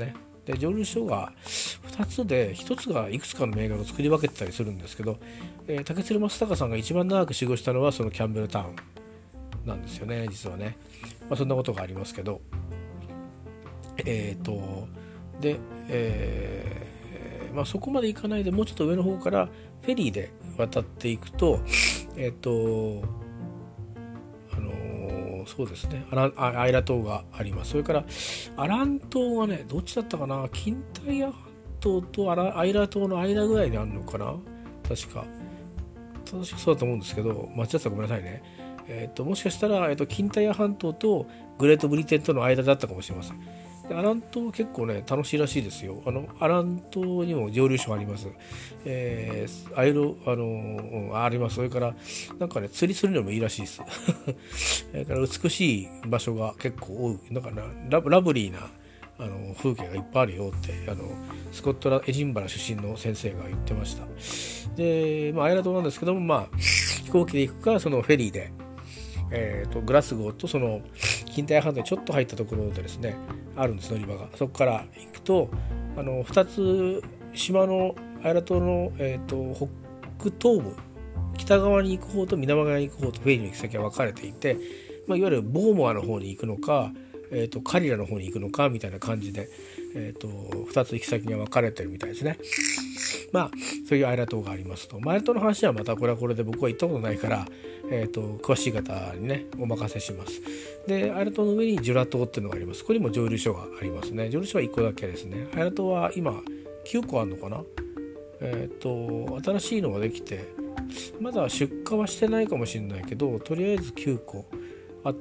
[SPEAKER 1] で蒸留所がふたつでひとつがいくつかの銘柄を作り分けてたりするんですけど、えー、竹鶴正隆さんが一番長く修行したのはそのキャンベルタウンなんですよね、実はね。まあ、そんなことがありますけど、えっ、ー、とで、えーまあ、そこまで行かないでもうちょっと上の方からフェリーで渡っていくと、えっ、ー、とあのー、そうですね、アラアイラ島があります。それからアラン島がね、どっちだったかな、キンタイヤ半島とアラアイラ島の間ぐらいにあるのかな、確か確かそうだと思うんですけど、間違ってたらごめんなさいね。えー、ともしかしたら、えー、とキンタイヤ半島とグレートブリテンとの間だったかもしれません。でアラン島結構ね楽しいらしいですよ。あのアラン島にも蒸留所あります。えー、アイロあの、うん、あります。それからなんかね釣りするのもいいらしいです。それから美しい場所が結構多い。なんかな ラ, ラブリーなあの風景がいっぱいあるよってあのスコットラエジンバラ出身の先生が言ってました。で、まあ、アイラ島なんですけども、まあ、飛行機で行くかそのフェリーで、えー、とグラスゴーとそのキンタイヤ半島にちょっと入ったところでですねあるんです、乗り場が。そこから行くとあのふたつ島のアイラ島の、えー、と北東部北側に行く方と南側に行く方とフェリーの行き先が分かれていて、まあ、いわゆるボーモアの方に行くのか、えー、とカリラの方に行くのかみたいな感じで、えー、とふたつ行き先が分かれてるみたいですね。まあそういうアイラ島がありますと。アイラ島の話はまたこれはこれで僕は行ったことないから、えー、と詳しい方にねお任せします。でアイラ島の上にジュラ島っていうのがあります。これにも蒸留所がありますね。蒸留所はいっこだけですね。アイラ島は今きゅうこあるのかな。えっ、ー、と新しいのができてまだ出荷はしてないかもしれないけど、とりあえずきゅうこあって、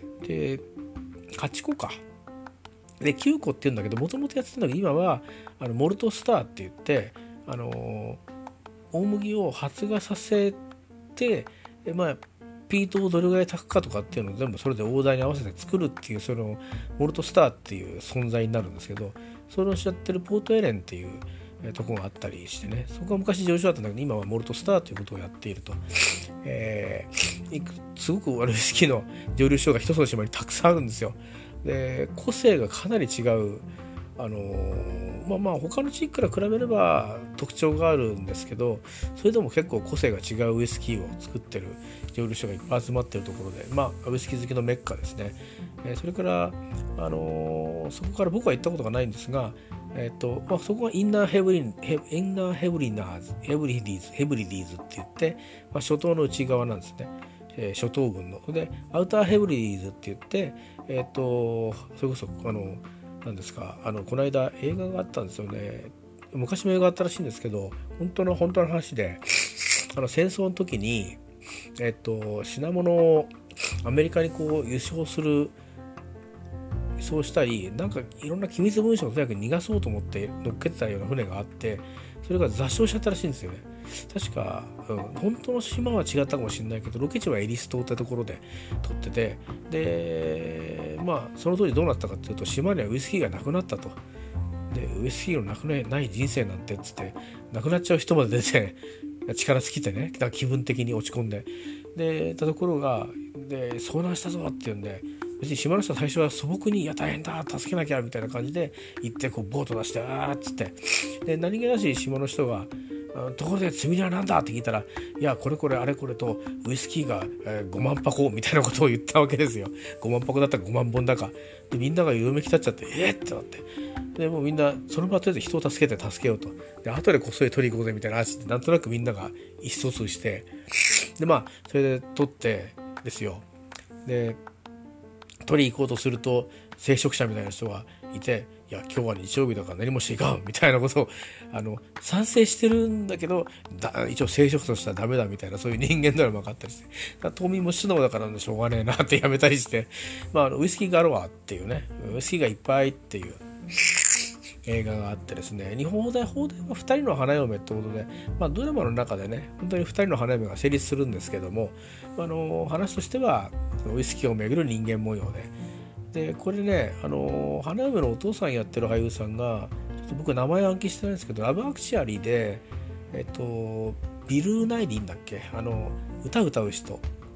[SPEAKER 1] ではちこかできゅうこっていうんだけど、もともとやってたんだけど今はあのモルトスターって言ってあの大麦を発芽させて、まあピートをどれぐらい炊くかとかっていうのを全部それでオーダーに合わせて作るっていう、そのモルトスターっていう存在になるんですけど、それを知ってるポートエレンっていうところがあったりしてね、そこは昔上昇だったんだけど今はモルトスターということをやっていると、えー、すごくウイスキーの蒸留所が一つの島にたくさんあるんですよ。で個性がかなり違う、あのー、まあまあ他の地域から比べれば特徴があるんですけど、それでも結構個性が違うウイスキーを作ってる蒸留所がいっぱい集まってるところで、まあウイスキー好きのメッカですね。えー、それから、あのー、そこから僕は行ったことがないんですが、えーとまあ、そこはインナーヘブリヘインナーヘブリナーズヘブリディーズヘブリディーズって言って、まあ、諸島の内側なんですね。えー、諸島群のでアウターヘブリディーズって言って、えーとそれこそあのなんですか、あのこの間映画があったんですよね。昔も映画あったらしいんですけど、本当の本当の話で、あの戦争の時に、えっと、品物をアメリカにこう輸送する輸送したり、なんかいろんな機密文書をとにかく逃がそうと思って乗っけてたような船があって、それが座礁しちゃったらしいんですよね。確か、うん、本当の島は違ったかもしれないけど、ロケ地はエリス島ってところで撮ってて、でまあその当時どうなったかっていうと、島にはウイスキーがなくなったと。でウイスキーのなくない人生なんてっつってなくなっちゃう人まで出て力尽きてね、だから気分的に落ち込んででたところが、で遭難したぞっていうんで、別に島の人は最初は素朴に「いや大変だ助けなきゃ」みたいな感じで行って、こうボート出してあーっつって、で何気なし島の人がところで積み荷は何だって聞いたら、いやこれこれあれこれとウイスキーが、えー、ごまんぱこみたいなことを言ったわけですよ。ごまんぱこだったかごまんぼんだかで、みんながよめき立っちゃってえー、ってなって、でもうみんなその場とりあえず人を助けて助けようと、で後でこっそり取り行こうぜみたいな話って、なんとなくみんなが意思疎通して、でまあそれで取ってですよ。で取り行こうとすると聖職者みたいな人がいて、いや今日は日曜日だから何もしていかんみたいなことをあの賛成してるんだけど、だ一応聖職者としてはダメだみたいな、そういう人間ドラマがあったりして、島民も素直だからしょうがねえなってやめたりして、まあ、あのウイスキーがあるわっていうね、ウイスキーがいっぱいっていう映画があってですね、日本放題放題はふたりの花嫁ってことで、まあ、ドラマの中でね本当にふたりの花嫁が成立するんですけども、あの話としてはウイスキーをめぐる人間模様で、でこれね、あの花嫁のお父さんやってる俳優さんが、ちょっと僕名前暗記してないんですけど、ラブアクチュアリーで、えっと、ビル・ナイリンだっけ、あの歌歌う人、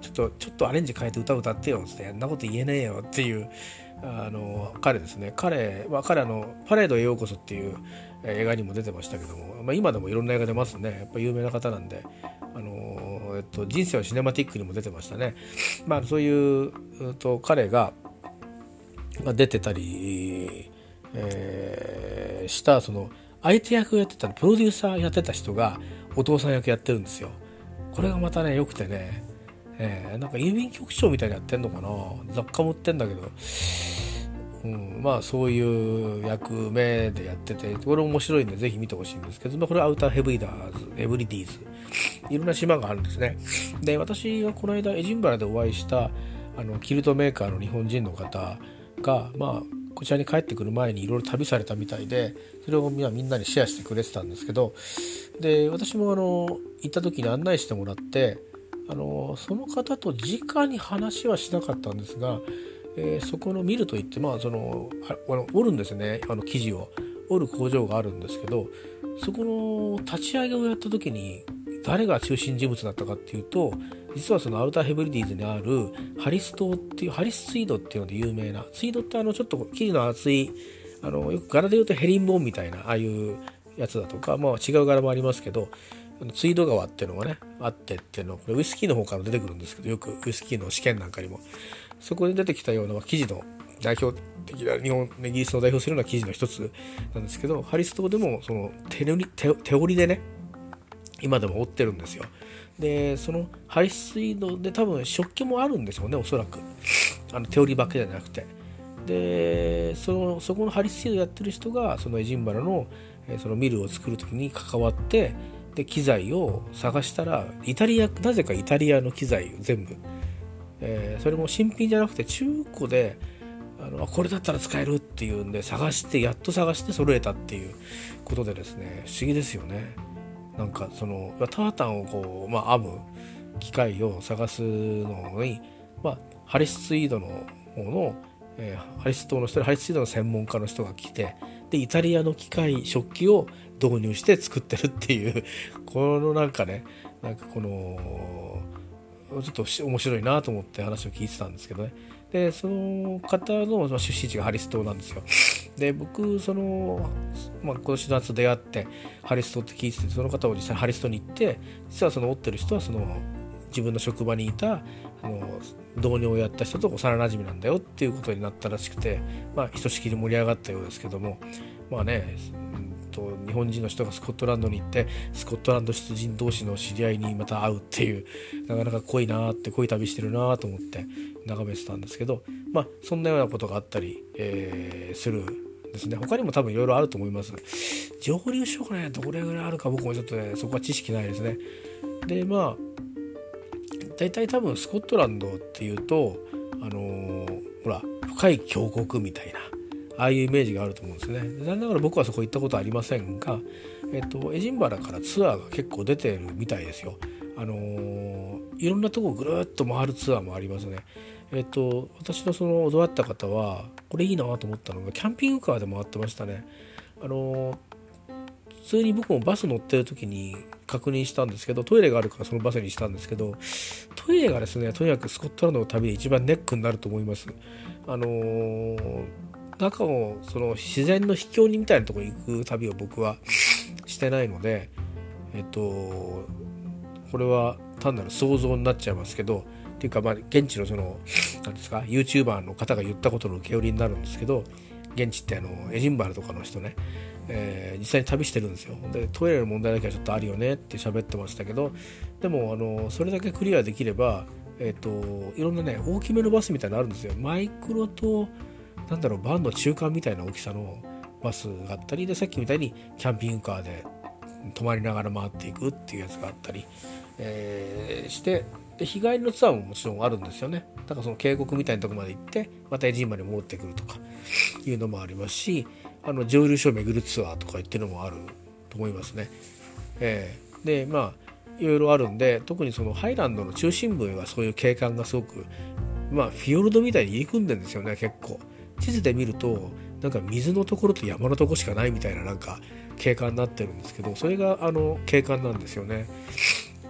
[SPEAKER 1] ちょっとちょっとアレンジ変えて歌歌ってよって、そんなこと言えねえよっていうあの彼ですね。彼は彼あのパレードへようこそっていう映画にも出てましたけども、まあ、今でもいろんな映画出ますね。やっぱ有名な方なんで、あの、えっと、人生はシネマティックにも出てましたね。まあそういう、うと彼が出てたり、えー、したその相手役をやってたプロデューサーやってた人がお父さん役やってるんですよ。これがまたね良くてね、えー、なんか郵便局長みたいにやってんのかな、雑貨も売ってんだけど、うん、まあそういう役目でやってて、これ面白いんでぜひ見てほしいんですけど、まあ、これはアウターヘブリダーズエブリディーズいろんな島があるんですね。で私がこの間エジンバラでお会いしたあのキルトメーカーの日本人の方が、まあこちらに帰ってくる前にいろいろ旅されたみたいで、それをみんなにシェアしてくれてたんですけど、で私もあの行った時に案内してもらって、あのその方と直に話はしなかったんですが、えー、そこのミルといって、まあそのああの織るんですね、あの生地を織る工場があるんですけど、そこの立ち上げをやった時に誰が中心人物だったかっていうと、実はそのアウターヘブリディーズにあるハリス島っていうハリスツイードっていうので有名な、ツイードってあのちょっと生地の厚い、あのよく柄で言うとヘリンボーンみたいなああいうやつだとか、まあ違う柄もありますけど、ツイード川っていうのがねあってっていうの、これウイスキーの方から出てくるんですけど、よくウイスキーの試験なんかにもそこで出てきたような生地の代表的な日本イギリスの代表するような生地の一つなんですけど、ハリス島でもその手織り手手織りでね今でも織ってるんですよ。でそのハリスツイードで多分食器もあるんでしょうね、おそらくあの手織りばっかりじゃなくて。でそのそこのハリスツイードやってる人がそのエジンバラのそのミルを作る時に関わって、で機材を探したらイタリア、なぜかイタリアの機材を全部、えー、それも新品じゃなくて中古で、あのこれだったら使えるっていうんで探して、やっと探して揃えたっていうことでですね、不思議ですよね。なんかそのタータンをこう、まあ、編む機械を探すのに、まあ、ハリスツイードの方の、えー、ハリス島の人でハリスツイードの専門家の人が来て、でイタリアの機械食器を導入して作ってるっていうこのなんかね、なんかこのちょっと面白いなと思って話を聞いてたんですけどね。でその方の出身地がハリス島なんですよ。で僕その、まあ、今年の夏出会ってハリス島って聞いてて、その方を実際ハリス島に行って、実はその追ってる人はその自分の職場にいたあの同僚をやった人と幼なじみなんだよっていうことになったらしくて、まあひとしきり盛り上がったようですけども、まあね、うんと日本人の人がスコットランドに行ってスコットランド出人同士の知り合いにまた会うっていう、なかなか濃いなって、濃い旅してるなと思って眺めてたんですけど、まあそんなようなことがあったり、えー、するですね。他にも多分いろいろあると思います。蒸留所がねどれぐらいあるか僕もちょっとねそこは知識ないですね。でまあ大体多分スコットランドっていうとあのー、ほら深い峡谷みたいなああいうイメージがあると思うんですね。残念ながら僕はそこ行ったことありませんが、えっと、エジンバラからツアーが結構出てるみたいですよ。あのー、いろんなとこぐるっと回るツアーもありますね。えっと、私のその教わった方はこれいいなと思ったのがキャンピングカーで回ってましたね。あのー、普通に僕もバス乗ってる時に確認したんですけど、トイレがあるからそのバスにしたんですけど、トイレがですねとにかくスコットランドの旅で一番ネックになると思います。あのー中をその自然の秘境にみたいなところに行く旅を僕はしてないので、えっとこれは単なる想像になっちゃいますけど、っていうかまあ現地のその何ですか YouTuber の方が言ったことの受け売りになるんですけど、現地ってあのエジンバラとかの人ね、えー、実際に旅してるんですよ。でトイレの問題だけはちょっとあるよねって喋ってましたけど、でもあのそれだけクリアできれば、えっといろんなね大きめのバスみたいなのあるんですよ。マイクロとなんだろうバンの中間みたいな大きさのバスがあったりで、さっきみたいにキャンピングカーで泊まりながら回っていくっていうやつがあったり、えー、してで日帰りのツアーももちろんあるんですよね。だからその渓谷みたいなところまで行ってまたエジンバラに戻ってくるとかいうのもありますし、あの蒸留所を巡るツアーとか言ってるのもあると思いますね。えー、でまあいろいろあるんで、特にそのハイランドの中心部はそういう景観がすごくまあフィヨルドみたいに入り組んでるんですよね。結構地図で見るとなんか水のところと山のところしかないみたいななんか景観になってるんですけど、それがあの景観なんですよね。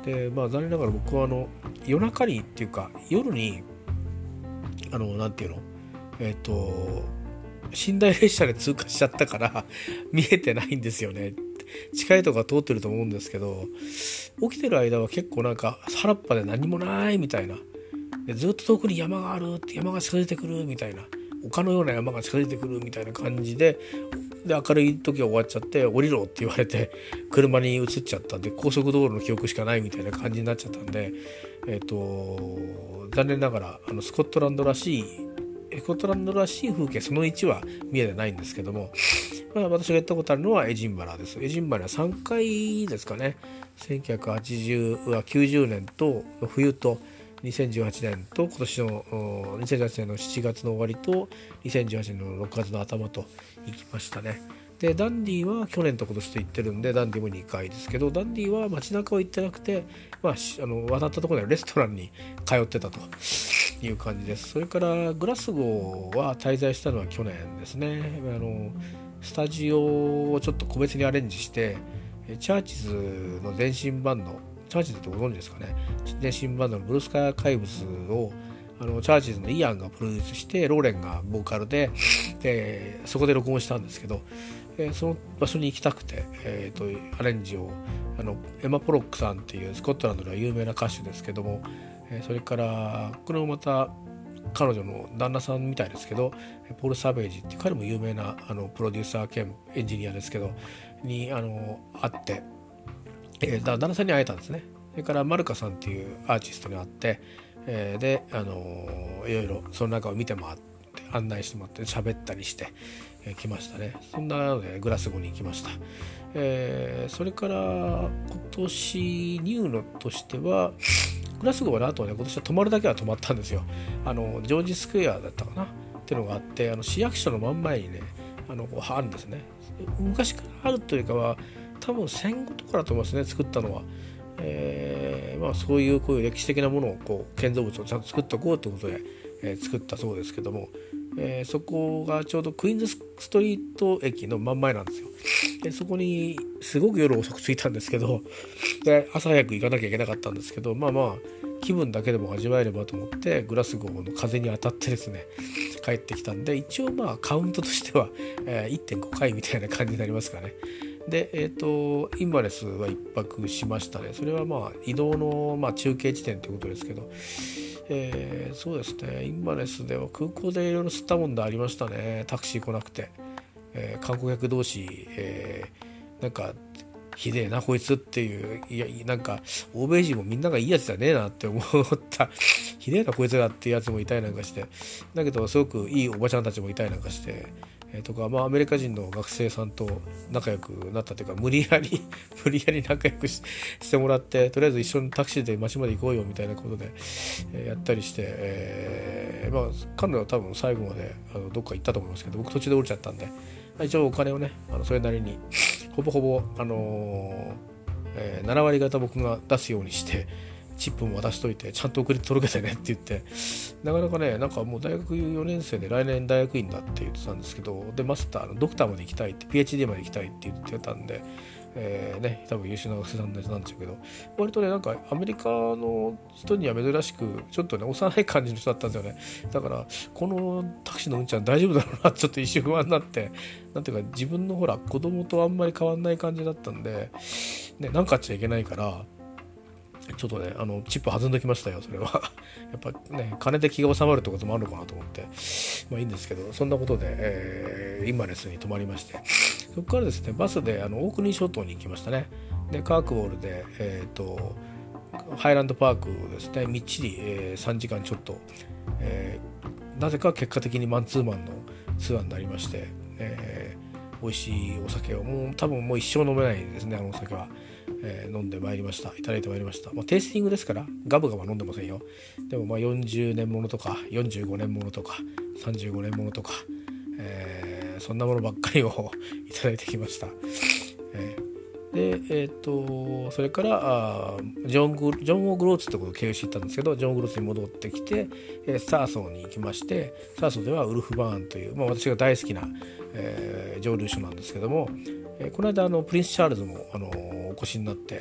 [SPEAKER 1] で、まあ、残念ながら僕はあの夜中にっていうか夜にあのなんていうのえっ、と寝台列車で通過しちゃったから見えてないんですよね。近いとこは通ってると思うんですけど、起きてる間は結構なんか原っぱで何もないみたいな、でずっと遠くに山があるって、山が近づいてくるみたいな、丘のような山が近づいてくるみたいな感じで、で明るい時が終わっちゃって降りろって言われて車に移っちゃったんで、高速道路の記憶しかないみたいな感じになっちゃったんで、えっと残念ながらあのスコットランドらしいスコットランドらしい風景そのいちは見えてないんですけども、まあ、私が行ったことあるのはエジンバラです。エジンバラはさんかいですかね。せんきゅうひゃくはちじゅうはきゅうじゅうねんと冬とにせんじゅうはちねんと今年のにせんじゅうはちねんのしちがつの終わりとにせんじゅうはちねんのろくがつの頭と行きましたね。でダンディは去年と今年と行ってるんで、ダンディもにかいですけど、ダンディは街中は行ってなくて、まあ、あの渡ったところでレストランに通ってたという感じです。それからグラスゴーは滞在したのは去年ですね。あのスタジオをちょっと個別にアレンジして、チャーチズの前身バンド、チャーチズってご存知ですかね。前身バンドのブルースカイアーカイブスをあのチャーチズのイアンがプロデュースして、ローレンがボーカルで、でそこで録音したんですけど、えー、その場所に行きたくて、えー、とアレンジをあのエマ・ポロックさんっていうスコットランドでは有名な歌手ですけども、えー、それからこれもまた彼女の旦那さんみたいですけど、ポール・サベージっていう彼も有名なあのプロデューサー兼エンジニアですけどにあの会って、えー、旦那さんに会えたんですね。それからマルカさんっていうアーティストに会って、えー、であのいろいろその中を見て回って案内してもらって喋ったりして、えー、来ましたね。そんなのでグラスゴーに行きました。えー、それから今年ニューのとしてはグラスゴーはあとはね、今年は泊まるだけは泊まったんですよ。あのジョージスクエアだったかなっていうのがあって、あの市役所の真ん前にねあのあるんですね。昔からあるというかは多分戦後とかだと思いますね、作ったのは。えーまあ、そういうこういう歴史的なものをこう建造物をちゃんと作っておこうということで、えー、作ったそうですけども、えー、そこがちょうどクイーンズストリート駅の真ん前なんですよ。でそこにすごく夜遅く着いたんですけど、で朝早く行かなきゃいけなかったんですけど、まあまあ気分だけでも味わえればと思ってグラスゴーの風に当たってですね帰ってきたんで、一応まあカウントとしては、えー、いってんごかいみたいな感じになりますかね。で、えーと、インバレスは一泊しましたね。それはまあ移動の、まあ、中継地点ということですけど、えー、そうですね、インバレスでは空港でいろいろ吸ったもんでありましたね。タクシー来なくて、えー、観光客同士、えー、なんかひでえなこいつっていう、いやなんか欧米人もみんながいいやつじゃねえなって思ったひでえなこいつだっていうやつもいたりなんかして、だけどすごくいいおばちゃんたちもいたりなんかして、えー、とか、まあ、アメリカ人の学生さんと仲良くなったというか、無理やり無理やり仲良く し, してもらって、とりあえず一緒にタクシーで街まで行こうよみたいなことで、えー、やったりして、えーまあ、彼女は多分最後まであのどっか行ったと思いますけど、僕途中で降りちゃったんで、一応お金をねあのそれなりにほぼほぼ、あのーえー、ななわり方僕が出すようにしてチップも渡しといてちゃんと送り届けてねって言って、なかなかねなんかもう大学よねん生で来年大学院だって言ってたんですけど、でマスターのドクターまで行きたいって ピーエイチディー まで行きたいって言ってたんで、えーね、多分優秀な学生さんなんでしょうけど、割とねなんかアメリカの人には珍しくちょっとね幼い感じの人だったんですよね。だからこのタクシーのうんちゃん大丈夫だろうなちょっと一瞬不安になって、なんていうか自分のほら子供とあんまり変わんない感じだったんで、ね、なんかあっちゃいけないからちょっとねあのチップ弾んできましたよ。それはやっぱね金で気が収まるってこともあるのかなと思って、まあいいんですけど、そんなことで、えー、インバレスに泊まりまして、そこからですねバスであのオークニー諸島に行きましたね。でカークウォールで、えー、とハイランドパークをですねみっちり、えー、さんじかんちょっと、えー、なぜか結果的にマンツーマンのツアーになりまして、えー、美味しいお酒をもう多分もう一生飲めないですね、あのお酒は。えー、飲んでまいりました。いただいてまいりました。まあ、テイスティングですからガブガブ飲んでませんよ。でもまあよんじゅうねんものとかよんじゅうごねんものとかさんじゅうごねんものとか、えー、そんなものばっかりをいただいてきました。えー、でえっ、ー、とそれからあジョングジョン・オー・グローツってことを経由していったんですけど、ジョン・オー・グローツに戻ってきて、えー、サーソーに行きまして、サーソーではウルフ・バーンという、まあ、私が大好きな、えー、蒸留酒なんですけども、えー、この間あのプリンス・チャールズも、あのー、お越しになって、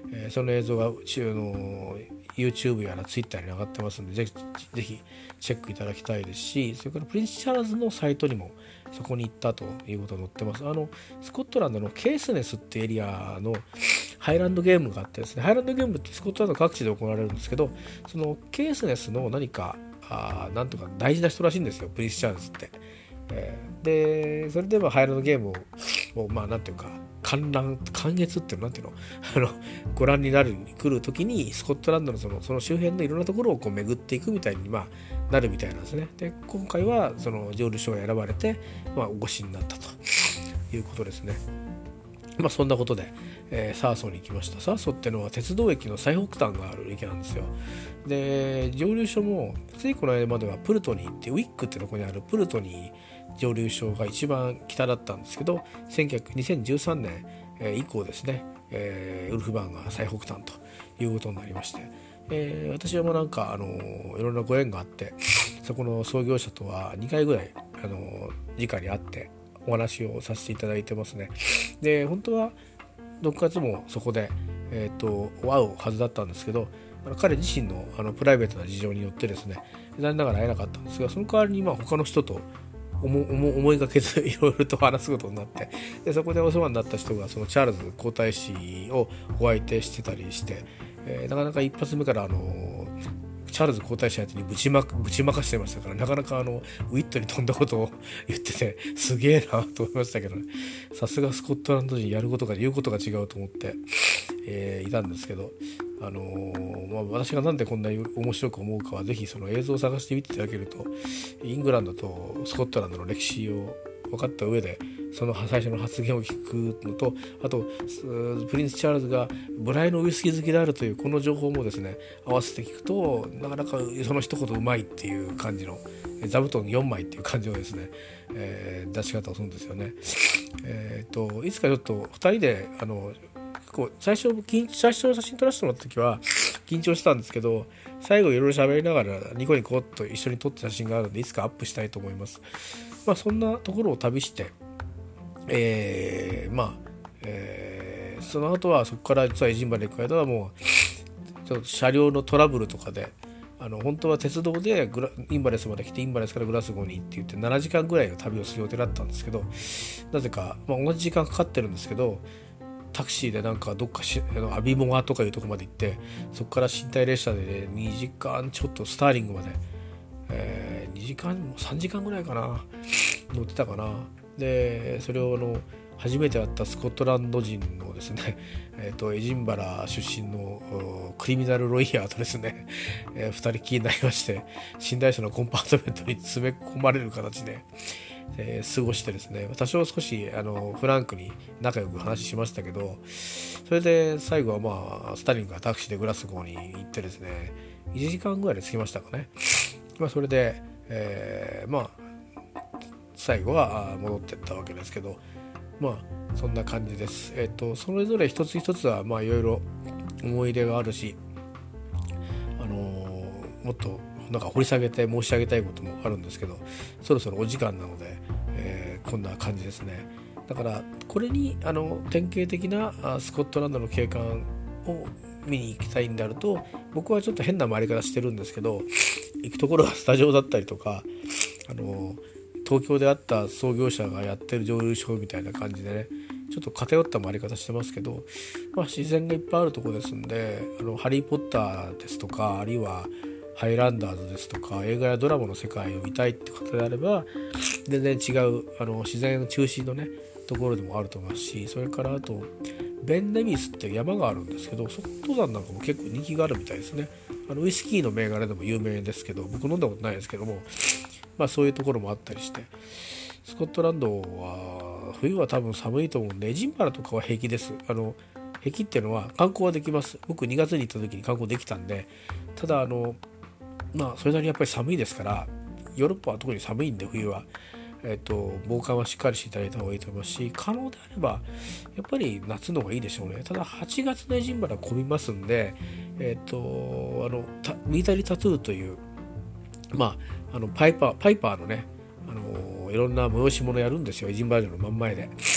[SPEAKER 1] えー、その映像がうちの YouTube やら Twitter に上がってますので、ぜひぜひチェックいただきたいですし、それからプリンスチャールズのサイトにもそこに行ったということが載ってます。あのスコットランドのケースネスってエリアのハイランドゲームがあってですね、ハイランドゲームってスコットランド各地で行われるんですけど、そのケースネスの何かあなんとか大事な人らしいんですよ、プリンスチャールズって。えー、でそれではハイランドゲームををまあなんていうか観覧観月っていうのなんていうのあのご覧になるに来る時にスコットランドのそのその周辺のいろんなところをこう巡っていくみたいにまあなるみたいなんですね。で今回はそのジョール賞が選ばれて、まあ、お越しになったということですね。まあそんなことで、えー、サーソーに行きました。サーソーっていうのは鉄道駅の最北端がある駅なんですよ。で蒸留所もついこの間まではプルトニーってウィックってとこにあるプルトニー蒸留所が一番北だったんですけど、にせんじゅうさんねん、えー、以降ですね、えー、ウルフバーンが最北端ということになりまして、えー、私はもうなんか、あのー、いろんなご縁があってそこの創業者とはにかいぐらい、あのー、直に会ってお話をさせていただいてますね。で本当はろくがつもそこで、えー、と会うはずだったんですけど、あの彼自身の、あのプライベートな事情によってですね残念ながら会えなかったんですが、その代わりにまあ他の人と思, 思いがけずいろいろと話すことになって、でそこでお世話になった人がそのチャールズ皇太子をお相手してたりして、えー、なかなか一発目からあのーチャールズ皇太子相手にぶちまぶちまかしてましたから、なかなかあのウィットに飛んだことを言っててすげえなと思いましたけどね。さすがスコットランド人やることが言うことが違うと思って、えー、いたんですけど、あのーまあ、私がなんでこんなに面白く思うかはぜひその映像を探してみていただけると、イングランドとスコットランドの歴史を分かった上でその最初の発言を聞くのと、あとプリンスチャールズがブライのウイスキー好きであるというこの情報もですね合わせて聞くと、なかなかその一言うまいっていう感じの座布団よんまいっていう感じのですね、えー、出し方をするんですよね。えー、といつかちょっとふたりであのこう最初最初の写真撮らせてもらった時は緊張したんですけど、最後いろいろ喋りながらニコニコっと一緒に撮った写真があるのでいつかアップしたいと思います。まあそんなところを旅して、えー、まあ、えー、その後はそこから実はエジンバラに行く間はもうちょっと車両のトラブルとかで、あの本当は鉄道でグラインバレスまで来てインバレスからグラスゴーにって言ってななじかんぐらいの旅をする予定だったんですけど、なぜか、まあ、同じ時間かかってるんですけどタクシーでなんかどっかしあのアビモアとかいうとこまで行って、そこから寝台列車で、ね、にじかんちょっとスターリングまで、えー、にじかんさんじかんぐらいかな乗ってたかな。でそれをあの初めて会ったスコットランド人のですね、えー、とエジンバラ出身のクリミナルロイヤーとですね、えー、ふたりきりになりまして、寝台車のコンパートメントに詰め込まれる形で、えー、過ごしてですね、多少少しあのフランクに仲良く話しましたけど、それで最後はまあスタリンがタクシーでグラスゴーに行ってですねいちじかんぐらいで着きましたかね。まあ、それで、えー、まあ最後は戻っていったわけですけど、まあそんな感じです。えっとそれぞれ一つ一つはまあいろいろ思い出があるし、あのー、もっとなんか掘り下げて申し上げたいこともあるんですけど、そろそろお時間なので、えー、こんな感じですね。だからこれにあの典型的なスコットランドの景観を見に行きたいんであると、僕はちょっと変な回り方してるんですけど、行くところがスタジオだったりとか、あの東京であった創業者がやってる蒸留所みたいな感じでね、ちょっと偏った回り方してますけど、まあ、自然がいっぱいあるところですんで、あのハリーポッターですとか、あるいはハイランダーズですとか、映画やドラマの世界を見たいって方であれば全然違うあの自然中心のねところでもあると思いますし、それからあとベン・ネビスって山があるんですけど、そこ登山なんかも結構人気があるみたいですね。あのウイスキーの銘柄でも有名ですけど、僕飲んだことないですけども、まあそういうところもあったりして、スコットランドは冬は多分寒いと思うんで、エジンバラとかは平気です。あの平気っていうのは観光はできます。僕にがつに行った時に観光できたんで、ただあのまあそれなりにやっぱり寒いですから、ヨーロッパは特に寒いんで冬は、えーと、防寒はしっかりしていただいた方がいいと思いますし、可能であればやっぱり夏の方がいいでしょうね。ただはちがつのエジンバラ混みますんで、えっ、ー、とあのミリタリータトゥーという、まあ、あのパイパーパイパーのね、あのいろんな催し物やるんですよ、エジンバラ城の真ん前で。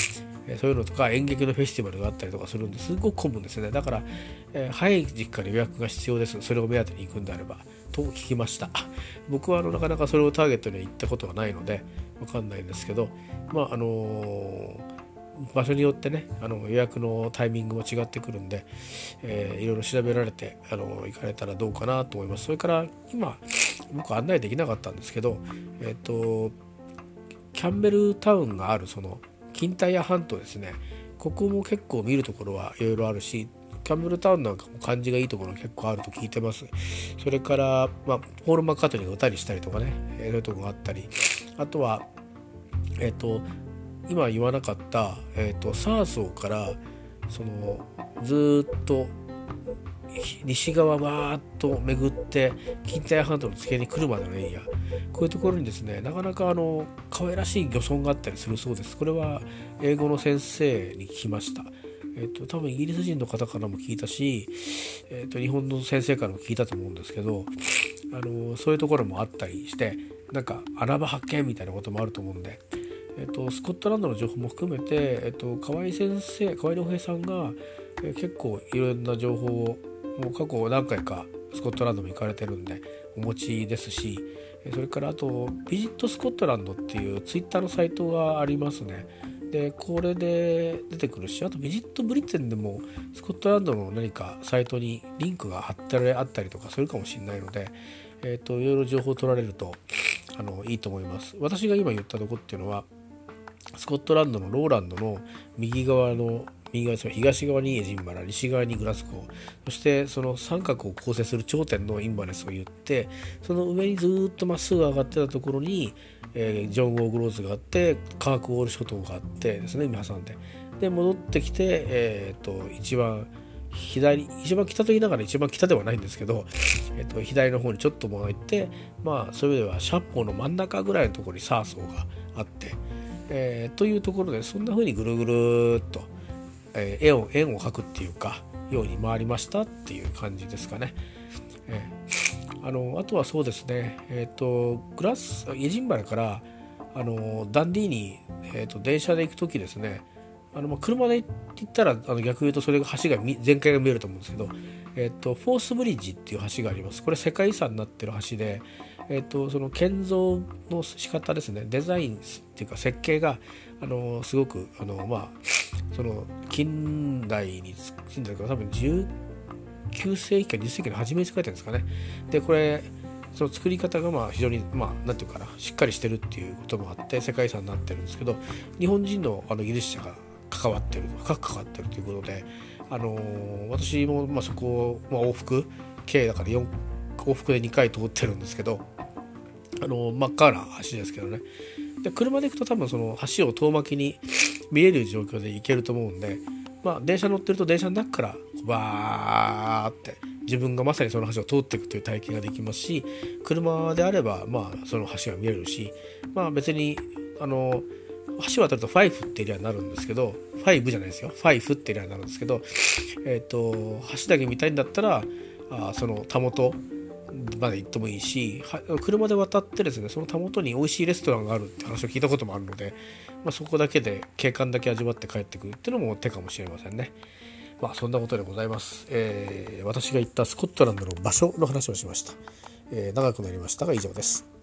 [SPEAKER 1] えー、そういうのとか演劇のフェスティバルがあったりとかするんですごく混むんですね。だから、えー、早い時期から予約が必要です、それを目当てに行くんであればと聞きました。僕はあのなかなかそれをターゲットには行ったことはないのでわかんないんですけど、まああのー場所によってね、あの予約のタイミングも違ってくるんで、えー、いろいろ調べられてあの行かれたらどうかなと思います。それから今僕案内できなかったんですけど、えっとキャンベルタウンがあるそのキンタイヤ半島ですね、ここも結構見るところはいろいろあるし、キャンベルタウンなんかも感じがいいところ結構あると聞いてます。それから、まあ、ポール・マッカートニーが歌にしたりとかね、そういうところがあったり、あとはえっと今言わなかった、えーと、サーソーからそのずっと西側わーっと巡って近代半島の付けに来るまでのエリア、こういうところにですね、なかなかあの可愛らしい漁村があったりするそうです。これは英語の先生に聞きました。えーと、多分イギリス人の方からも聞いたし、えーと、日本の先生からも聞いたと思うんですけど、あのそういうところもあったりして、なんか穴場発見みたいなこともあると思うんで、えっと、スコットランドの情報も含めて、えっと、河合先生河合良平さんが、えー、結構いろんな情報をもう過去何回かスコットランドも行かれてるんでお持ちですし、それからあとビジットスコットランドっていうツイッターのサイトがありますね。でこれで出てくるし、あとビジットブリテンでもスコットランドの何かサイトにリンクが貼ってあったりとかするかもしれないので、えっといろいろ情報を取られるとあのいいと思います。私が今言ったところっていうのはスコットランドのローランドの右側の右側ですね、東側にエジンバラ、西側にグラスゴー、そしてその三角を構成する頂点のインバネスを言って、その上にずっとまっすぐ上がってたところに、えー、ジョン・オーグローズがあって、カークウォール諸島があってですね、今挟んでで戻ってきて、えー、と一番左一番北と言いながら一番北ではないんですけど、えー、と左の方にちょっと回って、まあそれではシャッポーの真ん中ぐらいのところにサーソーがあって、えー、というところでそんな風にぐるぐるっと、えー、円を円を描くっていうかように回りましたっていう感じですかね。えー、あのあとはそうですね、えっ、ー、とグラスエジンバラからあのダンディーに、えー、と電車で行く時ですね、あのまあ車で行ったらあの逆言うとそれが橋が全開が見えると思うんですけど、えー、とフォースブリッジっていう橋があります。これ世界遺産になってる橋で、えー、とその建造の仕方ですね、デザインっていうか設計があのすごくあのまあその近代に近代から多分じゅうきゅうせいきかにじゅっせいきの初めに作られてるんですかね。でこれその作り方がまあ非常にまあなんていうかなしっかりしてるっていうこともあって世界遺産になってるんですけど、日本人のあの技術者が関わってる深く関わってるということで、あのー、私もまあそこを、まあ、往復計だからよん往復でにかい通ってるんですけど、あのー、真っ赤な橋ですけどね。で車で行くと多分その橋を遠巻きに見える状況で行けると思うんで、まあ、電車乗ってると電車の中からバーって自分がまさにその橋を通っていくという体験ができますし、車であればまあその橋が見えるし、まあ別にあの橋を渡るとファイフってエリアになるんですけど、ファイブじゃないですよ、ファイフってエリアになるんですけど、えっと橋だけ見たいんだったらあそのたもとまで行ってもいいし、車で渡ってですねそのたもとに美味しいレストランがあるって話を聞いたこともあるので、まあ、そこだけで景観だけ味わって帰ってくるっていうのも手かもしれませんね。まあそんなことでございます。えー、私が行ったスコットランドの場所の話をしました。えー、長くなりましたが以上です。